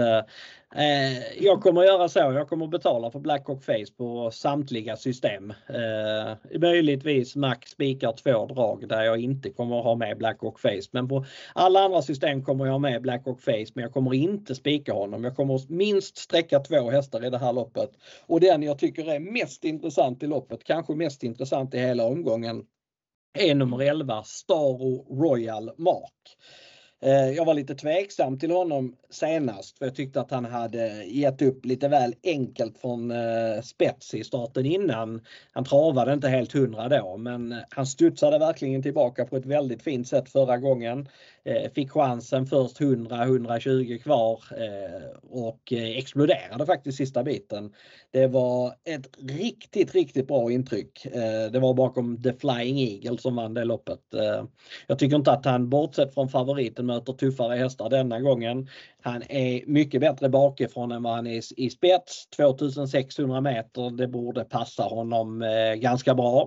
jag kommer att göra så. Jag kommer att betala för Black Hawk Face på samtliga system. Möjligtvis max spikar 2 drag där jag inte kommer att ha med Black Hawk Face. Men på alla andra system kommer jag ha med Black Hawk Face, men jag kommer inte spika honom. Jag kommer minst sträcka 2 hästar i det här loppet. Och den jag tycker är mest intressant i loppet, kanske mest intressant i hela omgången, är nummer 11, Staro Royal Mark. Jag var lite tveksam till honom senast, för jag tyckte att han hade gett upp lite väl enkelt från spets i starten innan. Han travade inte helt 100 då, men han studsade verkligen tillbaka på ett väldigt fint sätt förra gången. Fick chansen först 100-120 kvar och exploderade faktiskt sista biten. Det var ett riktigt bra intryck. Det var bakom The Flying Eagle som vann det loppet. Jag tycker inte att han, bortsett från favoriten, möter tuffare hästar denna gången. Han är mycket bättre bakifrån än vad han är i spets. 2600 meter, det borde passa honom ganska bra.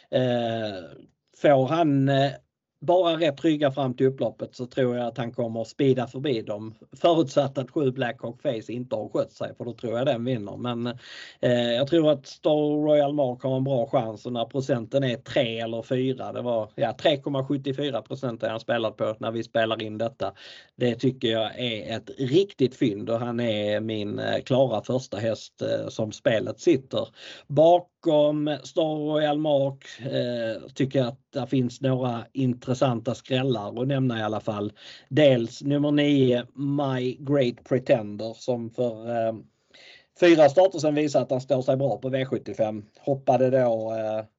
Får han bara rätt rygga fram till upploppet så tror jag att han kommer att speeda förbi dem. Förutsatt att 7 Black Hawk Face inte har skött sig, för då tror jag den vinner. Men jag tror att Star Royal Mark har en bra chans, och när procenten är 3 eller 4, det var 3,74% är han spelat på när vi spelar in detta. Det tycker jag är ett riktigt fynd, och han är min klara första häst som spelet sitter. Bakom Star Royal Mark tycker jag att det finns några intressanta skrällar att nämna i alla fall. Dels nummer 9, My Great Pretender, som för 4 starter sedan visar att han står sig bra på V75. Hoppade då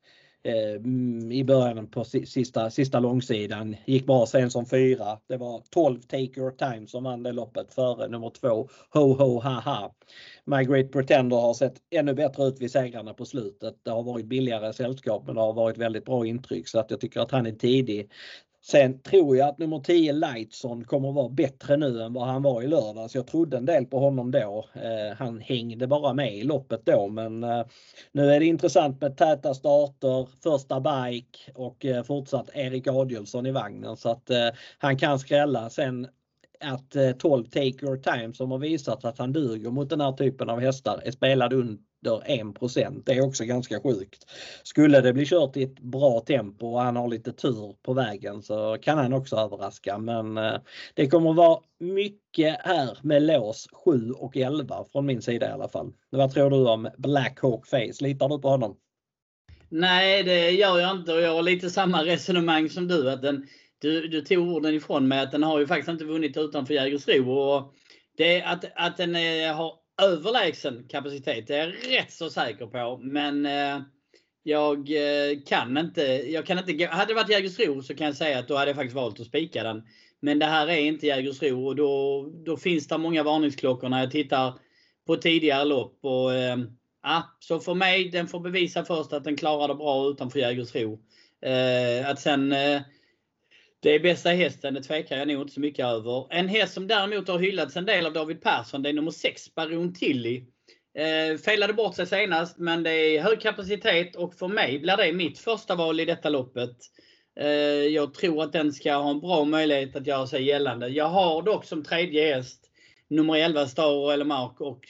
i början på sista långsidan. Gick bra sen som 4. Det var 12 Take Your Time som vann det loppet före nummer 2 Ho Ho Ha Ha. My Great Pretender har sett ännu bättre ut vid segrarna på slutet. Det har varit billigare sällskap, men det har varit väldigt bra intryck, så att jag tycker att han är tidig. Sen tror jag att nummer 10 Lightson kommer att vara bättre nu än vad han var i lördags. Jag trodde en del på honom då. Han hängde bara med i loppet då, men nu är det intressant med täta starter, första bike och fortsatt Erik Adielsson i vagnen, så att han kan skrälla. Sen att 12 Take Your Time, som har visat att han duger mot den här typen av hästar, är spelad under 1%. Det är också ganska sjukt. Skulle det bli kört i ett bra tempo och han har lite tur på vägen, så kan han också överraska. Men det kommer att vara mycket här med lås 7 och 11 från min sida i alla fall. Vad tror du om Black Hawk Face? Litar du på honom? Nej, det gör jag inte, och jag har lite samma resonemang som du. Att du tog orden ifrån mig, att den har ju faktiskt inte vunnit utanför Jägersro. Och det, att den har överlägsen kapacitet, det är jag rätt så säker på. Men jag kan inte. Hade det varit Jägersro så kan jag säga att då hade jag faktiskt valt att spika den. Men det här är inte Jägersro, och då finns det många varningsklockor när jag tittar på tidigare lopp. Och så för mig, den får bevisa först att den klarar det bra utanför Jägersro. Att sen det är bästa hästen, det tvekar jag nog inte så mycket över. En häst som däremot har hyllats en del av David Persson, det är nummer 6, Baron Tilly. Failade bort sig senast, men det är hög kapacitet, och för mig blir det mitt första val i detta loppet. Jag tror att den ska ha en bra möjlighet att göra sig gällande. Jag har dock som tredje häst nummer 11, Star eller Mark, och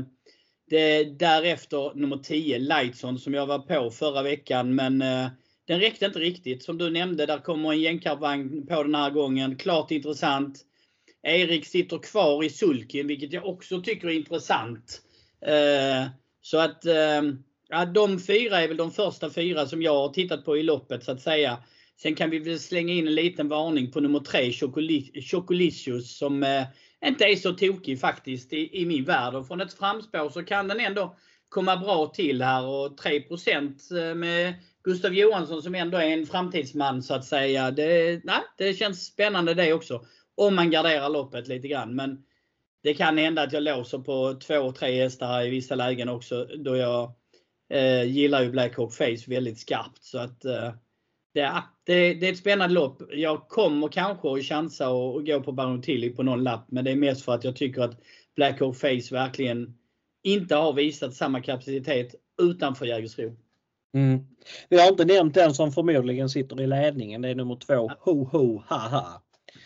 därefter nummer 10, Lightson, som jag var på förra veckan, men den räckte inte riktigt. Som du nämnde, där kommer en jänkarvagn på den här gången. Klart intressant. Erik sitter kvar i sulken, vilket jag också tycker är intressant. Så att de 4 är väl de första 4 som jag har tittat på i loppet, så att säga. Sen kan vi väl slänga in en liten varning på nummer 3, Chocolicious, som inte är så tokig faktiskt i min värld. Och från ett framspår så kan den ändå komma bra till här. Och 3% med Gustav Johansson som ändå är en framtidsman, så att säga. Det känns spännande det också. Om man garderar loppet lite grann. Men det kan hända att jag låser på 2-3 hästar i vissa lägen också. Då jag gillar ju Black Hawk Face väldigt skarpt. Så att det är ett spännande lopp. Jag kommer kanske att chansa och gå på Baron Tilly på någon lapp. Men det är mest för att jag tycker att Black Hawk Face verkligen inte har visat samma kapacitet utanför Jägersro. Vi har inte nämnt den som förmodligen sitter i ledningen. Det är nummer 2, Ho Ho Haha.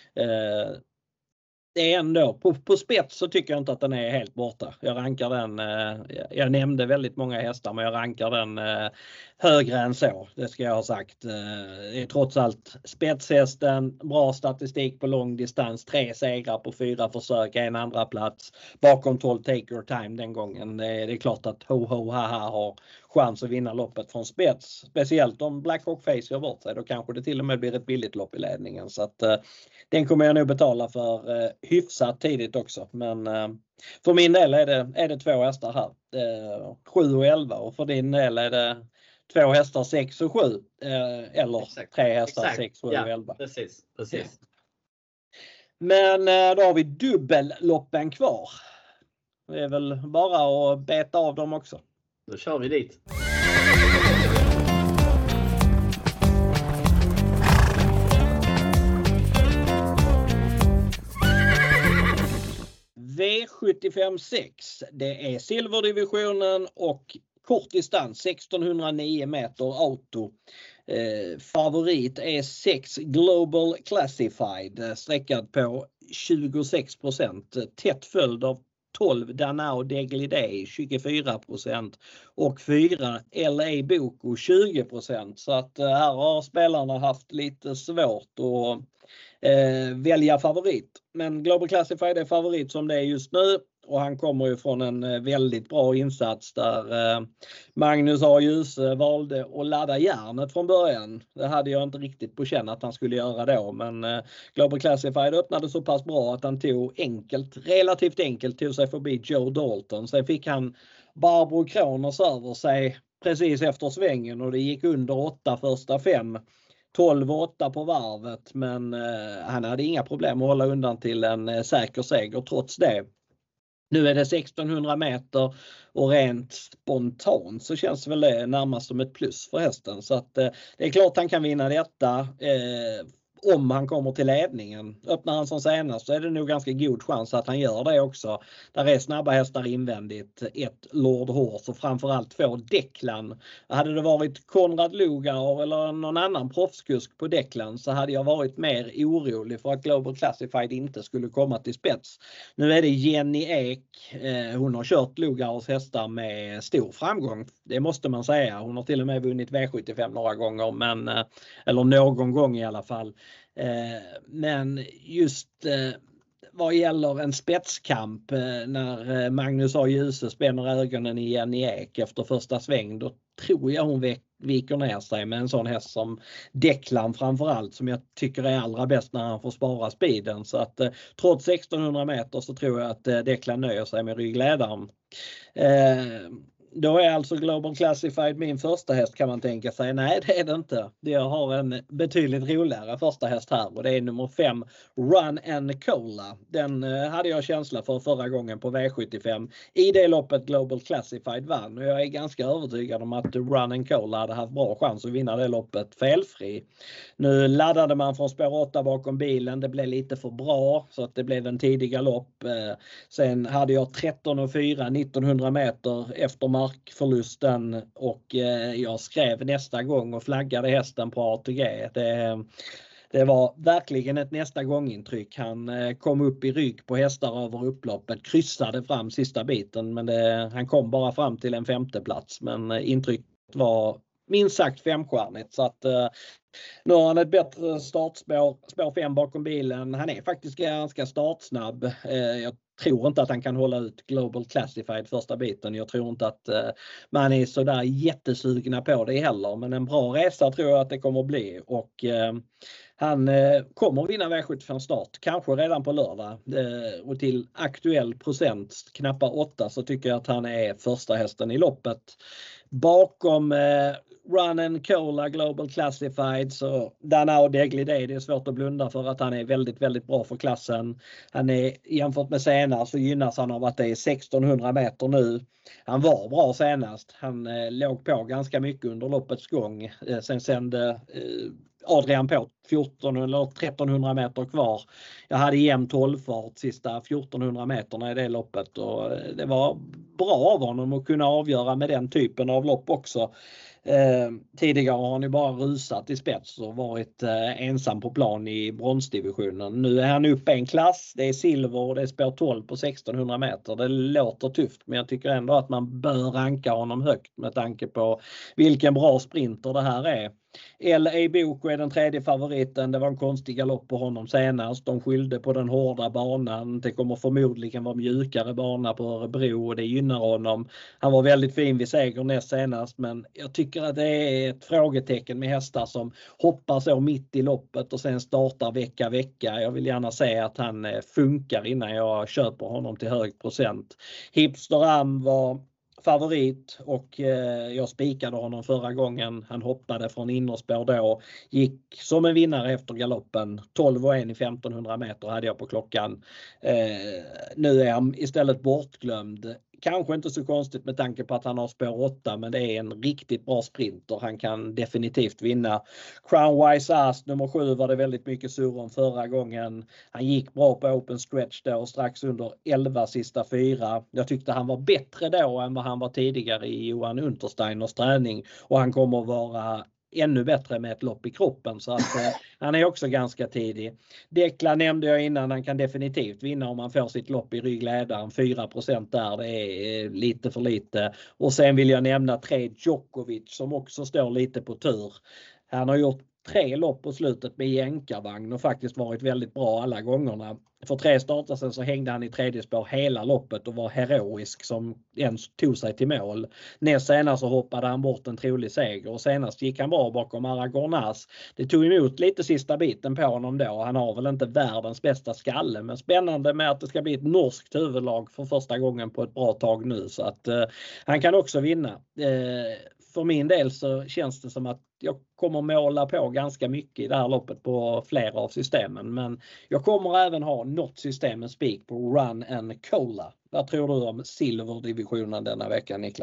Det är ändå, på spets så tycker jag inte att den är helt borta. Jag rankar den, jag nämnde väldigt många hästar, men jag rankar den högre än så. Det ska jag ha sagt. Det är trots allt spetshästen, bra statistik på lång distans, 3 segrar på 4 försök, en andra plats. Bakom 12 Take Your Time den gången. Det är klart att Ho Ho Haha har chans att vinna loppet från spets. Speciellt om Black Hawk Face gör bort sig. Då kanske det till och med blir ett billigt lopp i ledningen. Så att den kommer jag nog betala för hyfsat tidigt också. Men för min del är det 2 hästar här. 7 och 11. Och för din del är det 2 hästar 6 och 7. Eller exakt. 3 hästar 6, 7 och 11. Precis. Ja. Men då har vi dubbelloppen kvar. Det är väl bara att beta av dem också. Då kör vi dit. V75-6, det är silverdivisionen och kort distans 1609 meter auto. Favorit är 6 Global Classified, sträckad på 26%. Tätt följd av 12 Danao Deglidé 24% och 4 LA Boko 20%. Så att här har spelarna haft lite svårt att välja favorit. Men Global Classified är favorit som det är just nu, och han kommer ju från en väldigt bra insats där Magnus A. Djuse valde att ladda järnet från början. Det hade jag inte riktigt på känn att han skulle göra då, men Global Classified öppnade så pass bra att han relativt enkelt tog sig förbi Joe Dalton. Sen fick han Barbro Kroners över sig precis efter svängen och det gick under 8 första 5. 12-8 på varvet, men han hade inga problem att hålla undan till en säker seger trots det. Nu är det 1600 meter och rent spontant så känns väl det närmast som ett plus för hästen. Så att det är klart han kan vinna detta. om han kommer till ledningen. Öppnar han som senast så är det nog ganska god chans att han gör det också. Där är snabba hästar invändigt. Ett Lord Horse och framförallt 2 Declan. Hade det varit Konrad Lugar eller någon annan proffskusk på Declan så hade jag varit mer orolig för att Global Classified inte skulle komma till spets. Nu är det Jenny Ek. Hon har kört Lugars hästar med stor framgång. Det måste man säga. Hon har till och med vunnit V75 några gånger, eller någon gång i alla fall. Men just vad gäller en spetskamp när Magnus A. Djuse spänner ögonen i Jenny Ek efter första sväng, då tror jag hon viker ner sig med en sån häst som Declan framförallt, som jag tycker är allra bäst när han får spara speeden. Så att trots 1600 meter så tror jag att Declan nöjer sig med ryggledaren. Då är alltså Global Classified min första häst, kan man tänka sig. Nej, det är det inte. Jag har en betydligt roligare första häst här och det är nummer 5 Run and Cola. Den hade jag känsla för förra gången på V75. I det loppet Global Classified vann och jag är ganska övertygad om att Run and Cola hade haft bra chans att vinna det loppet felfri. Nu laddade man från spår 8 bakom bilen. Det blev lite för bra så att det blev en tidiga lopp. Sen hade jag 13,4 1900 meter efter markförlusten och jag skrev nästa gång och flaggade hästen på ATG. Det var verkligen ett nästa gång-intryck. Han kom upp i rygg på hästar över upploppet, kryssade fram sista biten, men han kom bara fram till en 5:e plats. Men intrycket var minst sagt 5-stjärnigt, så att nu har han ett bättre startspår, spår 5 bakom bilen. Han är faktiskt ganska startsnabb. Jag tror inte att han kan hålla ut Global Classified första biten. Jag tror inte att man är så där jättesugna på det heller. Men en bra resa tror jag att det kommer att bli. Och han kommer att vinna V75 start. Kanske redan på lördag. Och till aktuell procent, knappa 8, så tycker jag att han är första hästen i loppet. Bakom Run and Cola Global Classified så Danao Degli Day, det är svårt att blunda för att han är väldigt, väldigt bra för klassen. Han är, jämfört med senast så gynnas han av att det är 1600 meter nu. Han var bra senast. Han låg på ganska mycket under loppets gång. Sen sände Adrian på 1400 eller 1300 meter kvar. Jag hade jämn 12-fart sista 1400 meterna i det loppet och det var bra av honom att kunna avgöra med den typen av lopp också. Tidigare har han ju bara rusat i spets och varit ensam på plan i bronsdivisionen. Nu är han uppe en klass, det är silver och det är spår 12 på 1600 meter. Det låter tufft, men jag tycker ändå att man bör ranka honom högt med tanke på vilken bra sprinter det här är. L.A. Boko är den tredje favoriten. Det var en konstig galopp på honom senast. De skyllde på den hårda banan. Det kommer förmodligen vara mjukare bana på Örebro och det gynnar honom. Han var väldigt fin vid seger näst senast, men jag tycker att det är ett frågetecken med hästar som hoppar så mitt i loppet och sen startar vecka. Jag vill gärna säga att han funkar innan jag köper honom till hög procent. Hipster Am var favorit och jag spikade honom förra gången. Han hoppade från innerspår då. Gick som en vinnare efter galoppen. 12,1 i 1500 meter hade jag på klockan. Nu är han istället bortglömd. Kanske inte så konstigt med tanke på att han har spår 8, men det är en riktigt bra sprinter. Han kan definitivt vinna. Crown Wise Ass nummer 7 var det väldigt mycket surr om förra gången. Han gick bra på open stretch då, strax under 11 sista 4. Jag tyckte han var bättre då än vad han var tidigare i Johan Untersteiners träning och han kommer att vara ännu bättre med ett lopp i kroppen, så att han är också ganska tidig. Declan nämnde jag innan, han kan definitivt vinna om han får sitt lopp i ryggledaren. 4% där, det är lite för lite. Och sen vill jag nämna 3 Djokovic som också står lite på tur. Han har gjort 3 lopp på slutet med jänkarvagn och faktiskt varit väldigt bra alla gångerna. För 3 starter sen så hängde han i tredje spår hela loppet och var heroisk som ens tog sig till mål. Näst senast så hoppade han bort en trolig seger och senast gick han bra bakom Aragornas. Det tog emot lite sista biten på honom då. Han har väl inte världens bästa skalle, men spännande med att det ska bli ett norskt huvudlag för första gången på ett bra tag nu, så att han kan också vinna. För min del så känns det som att jag kommer måla på ganska mycket i det här loppet på flera av systemen. Men jag kommer även ha något system med spik på Run and Cola. Vad tror du om silverdivisionen denna vecka, Niklas?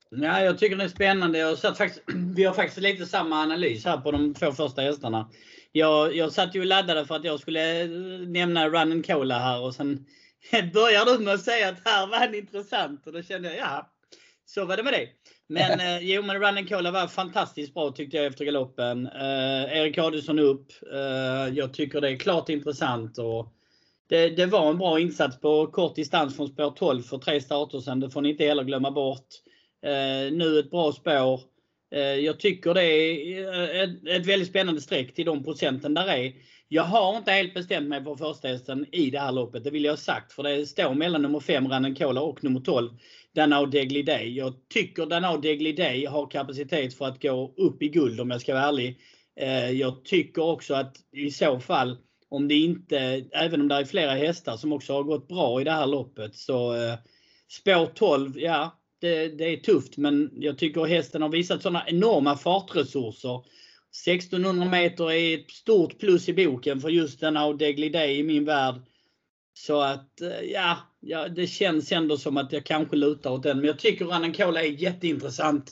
Ja, jag tycker det är spännande. Vi har faktiskt lite samma analys här på de 2 första hästarna. Jag satt ju och laddade för att jag skulle nämna Run and Cola här och sen börjar du med att säga att här var det intressant och då kände jag, ja, så var det med det. Men men Run and Cola var fantastiskt bra tyckte jag efter galoppen. Erik Adielsson upp. Jag tycker det är klart intressant och det var en bra insats på kort distans från spår 12 för 3 starter sedan. Det får ni inte heller glömma bort. Nu ett bra spår. Jag tycker det är ett väldigt spännande streck till de procenten där är. Jag har inte helt bestämt mig på första hästen i det här loppet. Det vill jag ha sagt. För det står mellan nummer 5 Run and Cola och nummer 12 Danao Degly Day. Jag tycker Danao Degly Day har kapacitet för att gå upp i guld om jag ska vara ärlig. Jag tycker också att i så fall om det inte, även om det är flera hästar som också har gått bra i det här loppet så spår 12, ja det är tufft men jag tycker hästen har visat sådana enorma fartresurser. 1600 meter är ett stort plus i boken för just den av Degly Day i min värld. Så att ja, det känns ändå som att jag kanske lutar åt den. Men jag tycker Run and Cola är jätteintressant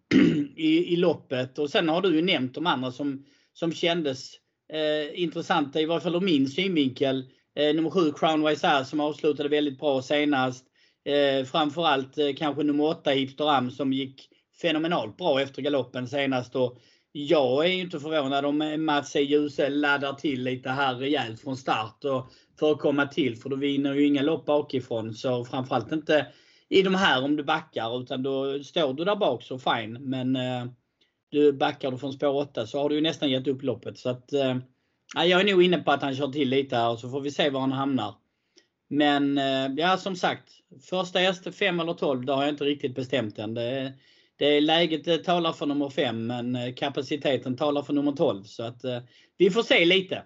i loppet. Och sen har du ju nämnt de andra som kändes intressanta i varje fall ur min synvinkel. Nummer 7 Crown Wise Ass som avslutade väldigt bra senast. Framförallt kanske nummer 8 Hipster Am som gick fenomenalt bra efter galoppen senast. Och jag är ju inte förvånad om Mats E. Djuse laddar till lite här rejält från start och för att komma till. För då vinner ju inga lopp bakifrån. Så framförallt inte i de här om du backar utan då står du där bak så fine. Men du backar du från spår 8 så har du ju nästan gett upp loppet. Så att jag är nog inne på att han kör till lite här och så får vi se var han hamnar. Men ja som sagt, första häst 5 eller 12 då har jag inte riktigt bestämt än. Det läget talar för nummer 5 men kapaciteten talar för nummer 12 så att vi får se lite.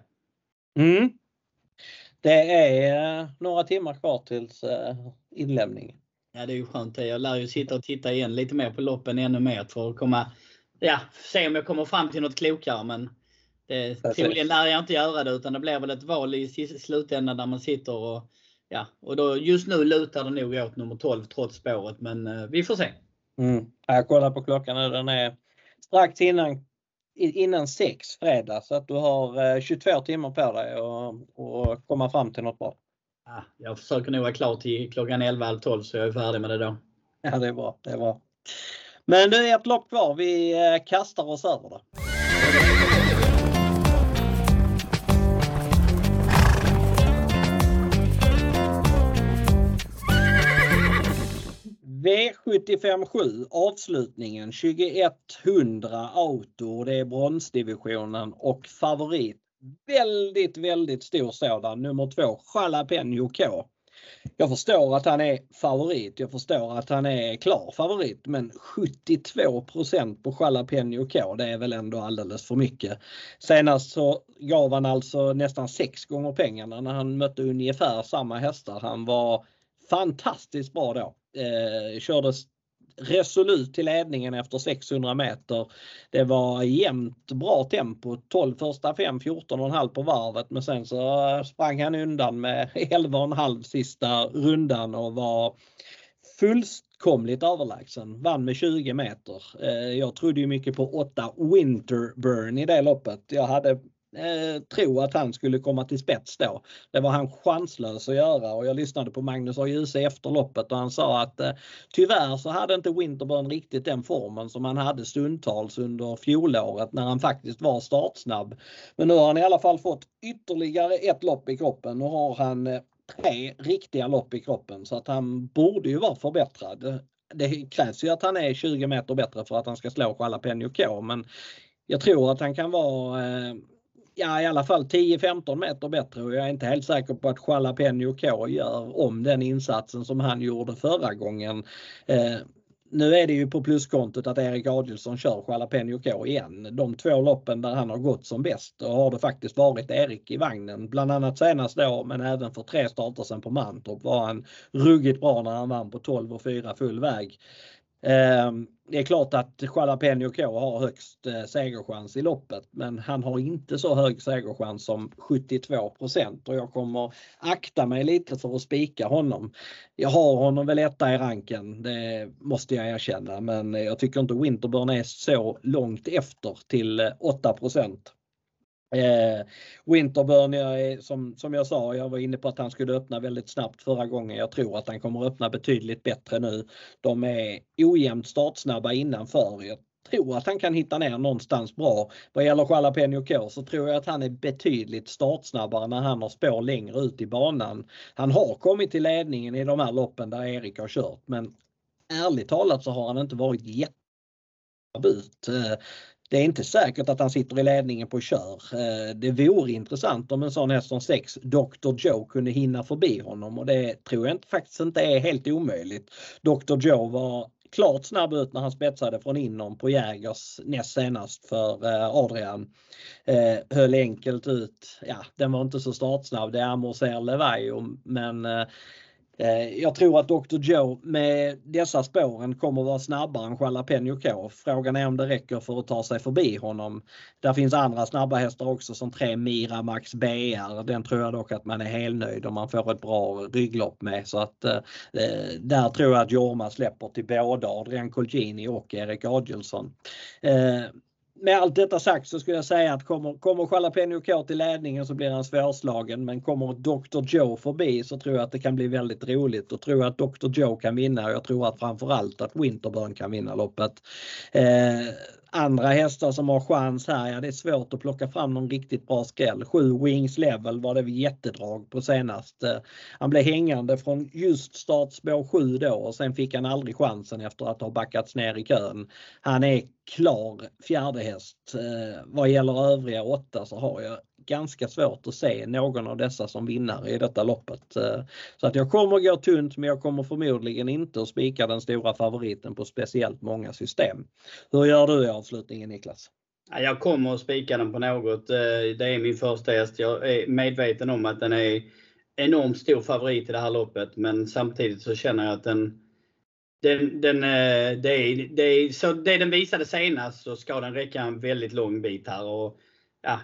Det är några timmar kvar tills inlämning. Ja det är ju skönt. Jag lär ju sitta och titta igen lite mer på loppen ännu mer för att komma se om jag kommer fram till något klokare men troligen lär jag inte göra det utan det blir väl ett val i slutändan där man sitter och då just nu lutar det nog åt nummer 12 trots spåret men vi får se. Jag kollar på klockan nu, den är strax innan 6 fredag så att du har 22 timmar på dig och komma fram till något bra. Ja, jag försöker nog vara klar till klockan 11:30 så jag är färdig med det då. Ja det är bra, Men det är ett lopp kvar, vi kastar oss över det. V75-7 avslutningen 2100 auto, det är bronsdivisionen och favorit väldigt väldigt stor sådan nummer 2 Jalapeno K. Jag förstår att han är favorit, jag förstår att han är klar favorit men 72% på Jalapeno K det är väl ändå alldeles för mycket. Senast så gav han alltså nästan 6 gånger pengarna när han mötte ungefär samma hästar. Han var fantastiskt bra då. Körde resolut till ledningen efter 600 meter. Det var jämnt bra tempo. 12 första 5, 14,5 på varvet. Men sen så sprang han undan med 11,5 sista rundan och var fullkomligt överlägsen. Vann med 20 meter. Jag trodde ju mycket på 8 Winterburn i det loppet. Jag hade tro att han skulle komma till spets då. Det var han chanslös att göra och jag lyssnade på Magnus A. Djuse efter loppet och han sa att tyvärr så hade inte Winterburn riktigt den formen som han hade stundtals under fjolåret när han faktiskt var startsnabb. Men nu har han i alla fall fått ytterligare ett lopp i kroppen och har han 3 riktiga lopp i kroppen så att han borde ju vara förbättrad. Det krävs ju att han är 20 meter bättre för att han ska slå Jalapeno K men jag tror att han kan vara i alla fall 10-15 meter bättre och jag är inte helt säker på att Jalapeno K gör om den insatsen som han gjorde förra gången. Nu är det ju på pluskontot att Erik Adielsson kör Jalapeno K igen. De 2 loppen där han har gått som bäst och har det faktiskt varit Erik i vagnen. Bland annat senast då men även för 3 starter sen på Mantorp var han ruggigt bra när han vann på 12 och 4 full väg. Det är klart att Jalapeno K har högst segerchans i loppet, men han har inte så hög segerchans som 72% och jag kommer akta mig lite för att spika honom. Jag har honom väl etta i ranken, det måste jag erkänna, men jag tycker inte Winterburn är så långt efter till 8%. Winterburn, som jag sa, jag var inne på att han skulle öppna väldigt snabbt förra gången. Jag tror att han kommer öppna betydligt bättre nu. De är ojämnt startsnabba innanför. Jag tror att han kan hitta ner någonstans bra. Vad gäller Jalapeno K så tror jag att han är betydligt startsnabbare när han har spår längre ut i banan. Han har kommit till ledningen i de här loppen där Erik har kört, men ärligt talat så har han inte varit jättebut. Det är inte säkert att han sitter i ledningen på kör. Det vore intressant om en sån häst som 6 Dr. Joe kunde hinna förbi honom, och det tror jag faktiskt inte är helt omöjligt. Dr. Joe var klart snabb ut när han spetsade från inom på Jägers näst senast för Adrian. Höll enkelt ut. Ja, den var inte så startsnabb. Det är Amorser Levaio, men jag tror att Dr. Joe med dessa spåren kommer vara snabbare än Jalapeno K. Frågan är om det räcker för att ta sig förbi honom. Där finns andra snabba hästar också som 3 Miramax BR. Den tror jag dock att man är helt nöjd om man får ett bra rygglopp med. Så att där tror jag att Jorma släpper till både Adrian Colgjini och Erik Adielsson. Med allt detta sagt så skulle jag säga att kommer Jalapeno K till ledningen så blir han svårslagen, men kommer Dr. Joe förbi så tror jag att det kan bli väldigt roligt, och tror jag att Dr. Joe kan vinna, och jag tror att framförallt att Winterburn kan vinna loppet. Andra hästar som har chans här, ja, det är svårt att plocka fram någon riktigt bra skräll. 7 Wings Level var det jättedrag på senast. Han blev hängande från just startspår 7 då, och sen fick han aldrig chansen efter att ha backats ner i kön. Han är klar fjärde häst. Vad gäller övriga 8 så har jag ganska svårt att se någon av dessa som vinnare i detta loppet. Så att jag kommer gå tunt, men jag kommer förmodligen inte att spika den stora favoriten på speciellt många system. Hur gör du i avslutningen, Niklas? Jag kommer att spika den på något. Det är min första häst. Jag är medveten om att den är enormt stor favorit i det här loppet, men samtidigt så känner jag att det den visade senast så ska den räcka en väldigt lång bit här, och ja,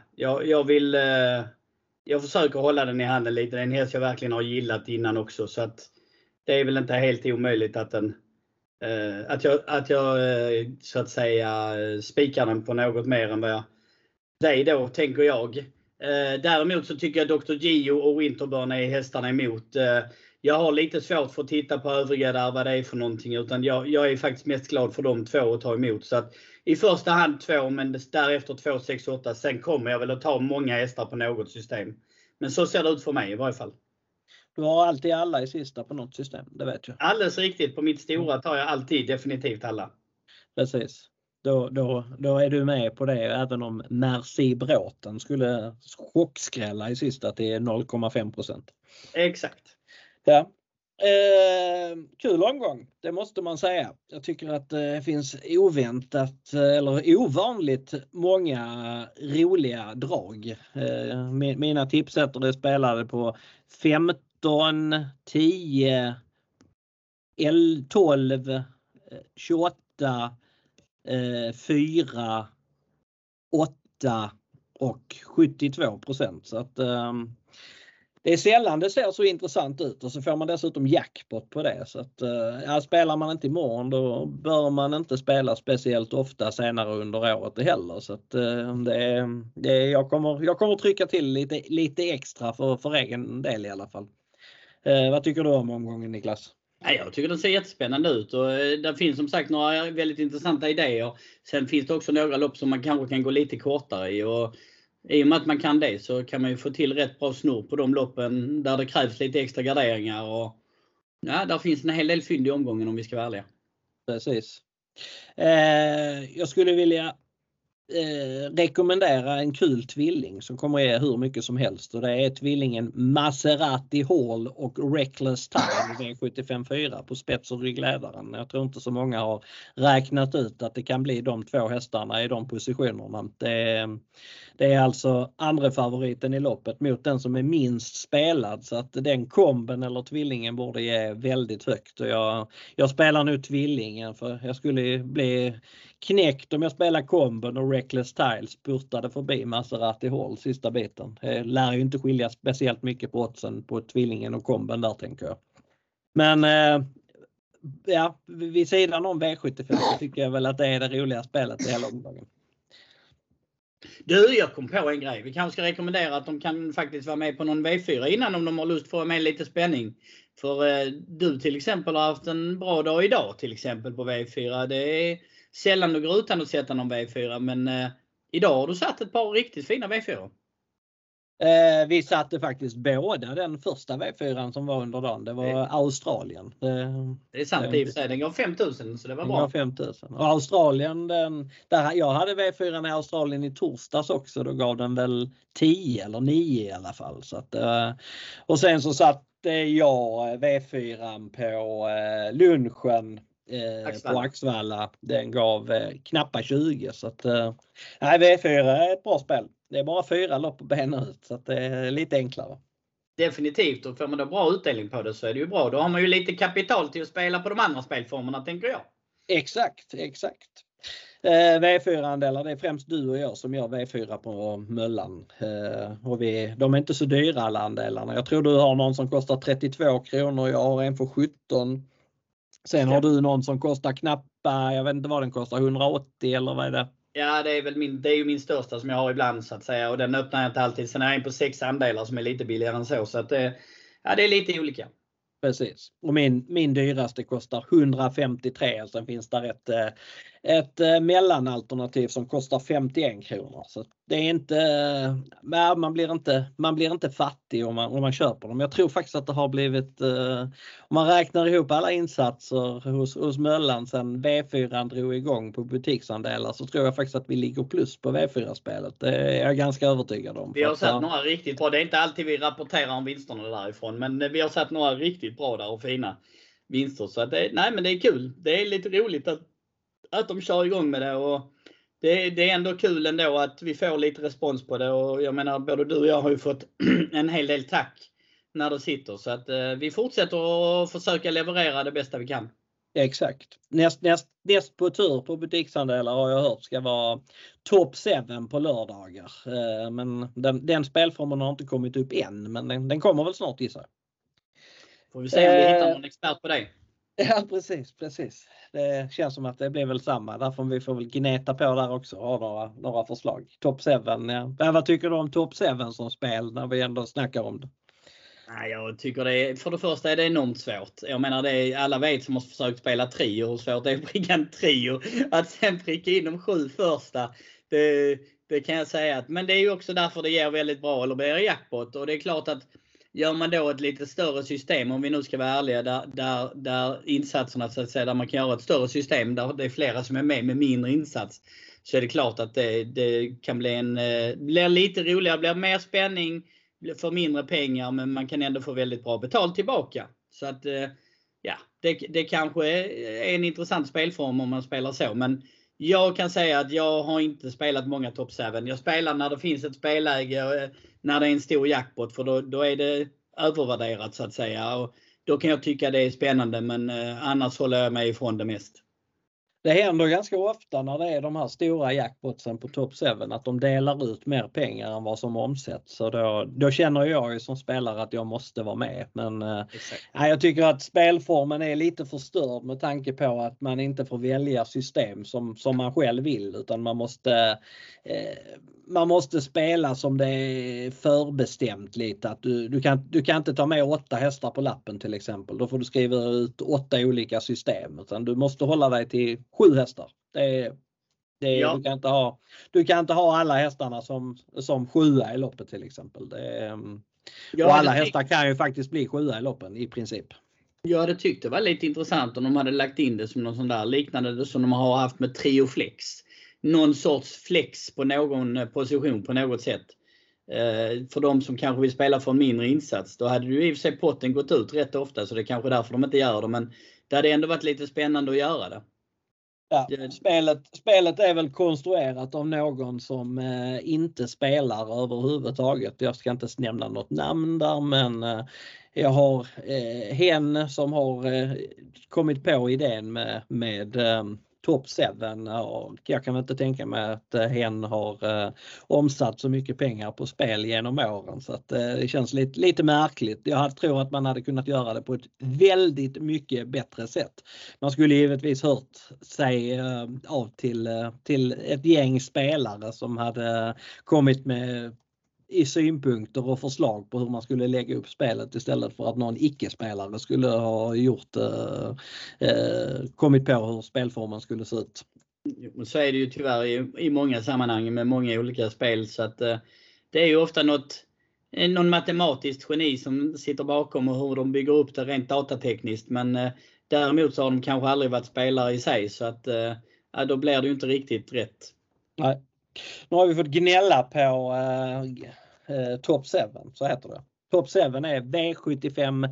jag försöker hålla den i handen lite. Det är en häst jag verkligen har gillat innan också, så att det är väl inte helt omöjligt att jag så att säga spikar den på något mer än vad jag säger då, tänker jag. Däremot så tycker jag Dr. Gio och Winterburn är hästarna emot. Jag har lite svårt för att titta på övriga där vad det är för någonting, utan jag är faktiskt mest glad för de 2 att ta emot. Så att i första hand 2, men därefter 2, 6, 8. Sen kommer jag väl att ta många hästar på något system. Men så ser det ut för mig i varje fall. Du har alltid alla i sista på något system, det vet jag. Alldeles riktigt, på mitt stora tar jag alltid definitivt alla. Precis. Då är du med på det, även om Merci Bråten skulle chockskrälla i sista till 0,5%. Exakt. Ja. Kul omgång, det måste man säga. Jag tycker att det finns oväntat eller ovanligt många roliga drag. Mina tipsättare spelade på 15, 10, 12, 28, 4, 8 och 72%. Så att det är sällan det ser så intressant ut, och så får man dessutom jackpot på det. Så att spelar man inte imorgon, då bör man inte spela speciellt ofta senare under året heller. Så att jag kommer trycka till lite extra för egen del i alla fall. Vad tycker du om omgången, Niklas? Jag tycker det ser jättespännande ut, och det finns som sagt några väldigt intressanta idéer. Sen finns det också några lopp som man kanske kan gå lite kortare i, och i och med att man kan det så kan man ju få till rätt bra snurr på de loppen där det krävs lite extra garderingar, och ja, där finns en hel del fynd i omgången om vi ska vara ärliga. Precis. Jag skulle vilja rekommendera en kul tvilling som kommer ge hur mycket som helst, och det är tvillingen Maserati Hall och Reckless Time V75-4 på spets- och ryggledaren. Jag tror inte så många har räknat ut att det kan bli de två hästarna i de positionerna. Det är alltså andra favoriten i loppet mot den som är minst spelad, så att den komben eller tvillingen borde ge väldigt högt, och jag spelar nu tvillingen, för jag skulle bli knäckt om jag spelar komben och Reckless Tiles spurtade förbi Maserati Hall sista biten. Det lär ju inte skilja speciellt mycket på oddsen på tvillingen och komben där, tänker jag. Men ja, vid sidan om V75 så tycker jag väl att det är det roliga spelet i hela omgången. Du, jag kom på en grej. Vi kanske ska rekommendera att de kan faktiskt vara med på någon V4 innan, om de har lust för att få med lite spänning. För du till exempel har haft en bra dag idag till exempel på V4. Det är sällan du går utan att sätta någon V4, men idag har du satt ett par riktigt fina V4. Vi satte faktiskt båda den första V4 som var under dagen. Det var Australien. Det är sant i och för sig. Den gav 5000, så det var bra. Den gav 5000. Och Australien, jag hade V4 i Australien i torsdags också. Då gav den väl 10 eller 9 i alla fall. Så att, och sen så satte jag V4 på lunchen på Axvalla. Den gav knappt 20. Så att, V4 är ett bra spel. Det är bara 4 lopp på benen ut, så att det är lite enklare. Definitivt, och får man då bra utdelning på det så är det ju bra. Då har man ju lite kapital till att spela på de andra spelformerna, tänker jag. Exakt. V4-andelar, det är främst du och jag som gör V4 på Möllan. Och de är inte så dyra alla andelarna. Jag tror du har någon som kostar 32 kronor, jag har en för 17. Sen har du någon som kostar knappa, jag vet inte vad den kostar, 180 eller vad är det? Ja, det är ju min största som jag har ibland, så att säga. Och den öppnar jag inte alltid. Sen är jag in på 6 andelar som är lite billigare än så. Så att det är lite olika. Precis. Och min dyraste kostar 153. Och sen finns där ett mellanalternativ som kostar 51 kronor. Så det är inte, man blir inte fattig om man köper dem. Jag tror faktiskt att det har blivit, om man räknar ihop alla insatser hos Möllan sen V4 drog igång på butiksandelar, så tror jag faktiskt att vi ligger plus på V4-spelet. Det är jag ganska övertygad om. Vi har satt några riktigt bra. Det är inte alltid vi rapporterar om vinsterna därifrån, men vi har satt några riktigt bra där och fina vinster. Så att men det är kul. Det är lite roligt att de kör igång med det, och det är ändå kul ändå att vi får lite respons på det, och jag menar både du och jag har ju fått en hel del tack när det sitter, så att vi fortsätter att försöka leverera det bästa vi kan. Exakt. Näst på tur på butiksandelar har jag hört ska vara Top 7 på lördagar. Men den spelformen har inte kommit upp än, men den kommer väl snart, gissar jag. Får vi se om vi hittar någon expert på det. Ja, precis. Det känns som att det blir väl samma. Därför vi får väl gneta på där också och ha några förslag. Top 7, ja. Vad tycker du om Top 7 som spel när vi ändå snackar om det? Nej, jag tycker för det första är det enormt svårt. Jag menar, alla vet som har försökt spela trio hur svårt det är att pricka en trio. Att sen pricka in de 7 första, det kan jag säga. Men det är ju också därför det ger väldigt bra, eller blir jackpot. Och det är klart att gör man då ett lite större system, om vi nu ska vara ärliga, där insatserna så att säga, där man kan göra ett större system där det är flera som är med mindre insats, så är det klart att det kan blir lite roligare, blir mer spänning för mindre pengar, men man kan ändå få väldigt bra betalt tillbaka. Så att det kanske är en intressant spelform om man spelar så, men jag kan säga att jag har inte spelat många Top 7. Jag spelar när det finns ett spelläge, när det är en stor jackpot, för då är det övervärderat så att säga. Och då kan jag tycka det är spännande, men annars håller jag mig ifrån det mest. Det händer ganska ofta när det är de här stora jackpotsen på Top 7 att de delar ut mer pengar än vad som omsätts. Så då känner jag ju som spelare att jag måste vara med. Men jag tycker att spelformen är lite förstörd med tanke på att man inte får välja system som man själv vill, utan man måste spela som det är förbestämt lite. Att du kan inte ta med 8 hästar på lappen till exempel. Då får du skriva ut 8 olika system. Utan du måste hålla dig till 7 hästar. Du kan inte ha alla hästarna som 7 i loppet till exempel. Och alla hästar kan ju faktiskt bli 7 i loppen i princip. Jag hade tyckt det var lite intressant om de hade lagt in det som någon sån där liknande som de har haft med Trio Flex. någon sorts flex på någon position på något sätt. För de som kanske vill spela för en mindre insats, då hade ju i och för sig potten gått ut rätt ofta, så det är kanske därför de inte gör det, men det hade ändå varit lite spännande att göra det. Ja, spelet är väl konstruerat av någon som inte spelar överhuvudtaget. Jag ska inte nämna något namn där, men jag har hen som har kommit på idén med Top 7, och jag kan inte tänka mig att hen har omsatt så mycket pengar på spel genom åren, så att det känns lite märkligt. Jag tror att man hade kunnat göra det på ett väldigt mycket bättre sätt. Man skulle givetvis hört sig av till ett gäng spelare som hade kommit med i synpunkter och förslag på hur man skulle lägga upp spelet, istället för att någon icke-spelare skulle ha kommit på hur spelformen skulle se ut. Så är det ju tyvärr i många sammanhang med många olika spel, så att det är ju ofta någon matematiskt geni som sitter bakom och hur de bygger upp det rent datatekniskt, men däremot så har de kanske aldrig varit spelare i sig, så att då blir det ju inte riktigt rätt. Nej. Nu har vi fått gnälla på Top 7, så heter det. Top 7 är V75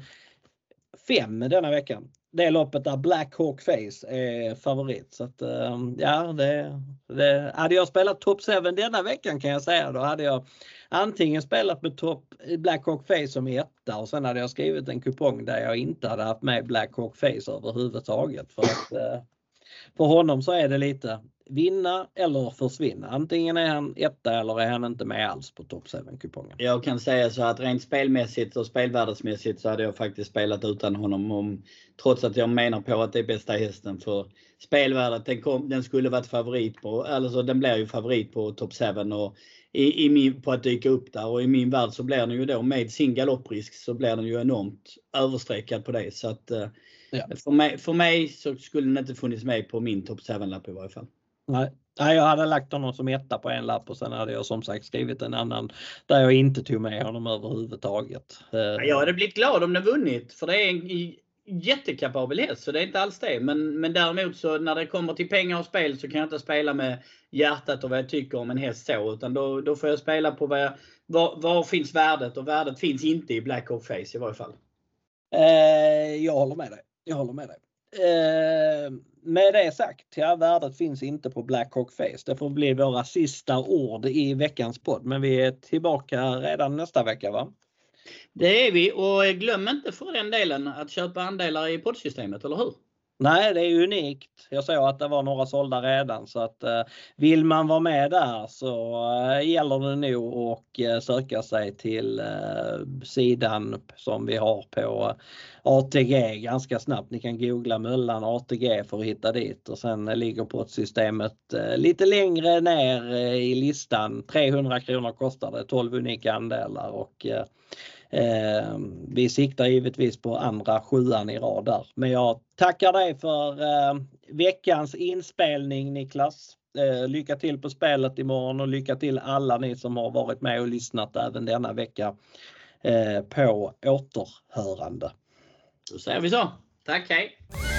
5 denna veckan. Det loppet där Black Hawk Face är favorit. Så att, ja, hade jag spelat Top 7 denna veckan, kan jag säga, då hade jag antingen spelat med Black Hawk Face som etta, och sen hade jag skrivit en kupong där jag inte hade haft med Black Hawk Face överhuvudtaget. För att för honom så är det lite vinna eller försvinna. Antingen är han etta eller är han inte med alls på Top 7-kupongen. Jag kan säga så att rent spelmässigt och spelvärdesmässigt så hade jag faktiskt spelat utan honom, trots att jag menar på att det är bästa hästen. För spelvärdet, den skulle varit favorit på, alltså den blir ju favorit på Top 7 och på att dyka upp där, och i min värld så blir den ju då med sin galopprisk så blir den ju enormt överstreckad på det, så att ja. För mig så skulle den inte funnits med på min Top 7-lapp i varje fall. Nej, jag hade lagt honom som etta på en lapp, och sen hade jag som sagt skrivit en annan där jag inte tog med honom överhuvudtaget. Jag hade blivit glad om den vunnit, för det är en jättekapabel häst, så det är inte alls det. Men däremot så när det kommer till pengar och spel så kan jag inte spela med hjärtat och vad jag tycker om en häst så, utan då får jag spela på var finns värdet, och värdet finns inte i Black Hawk Face i varje fall. Jag håller med dig. Med det sagt, ja, värdet finns inte på Black Hawk Face. Det får bli våra sista ord i veckans podd, men vi är tillbaka redan nästa vecka, va? Det är vi, och glöm inte för den delen att köpa andelar i poddsystemet, eller hur? Nej, det är unikt. Jag såg att det var några sålda redan, så att vill man vara med där så gäller det nog att söka sig till sidan som vi har på ATG ganska snabbt. Ni kan googla Möllan ATG för att hitta dit, och sen ligger poddsystemet lite längre ner i listan. 300 kronor kostar det, 12 unika andelar, och vi siktar givetvis på andra 7:an i rad där. Men jag tackar dig för veckans inspelning, Niklas. Lycka till på spelet imorgon, och lycka till alla ni som har varit med och lyssnat även denna vecka på återhörande. Då säger vi så. Tack, hej!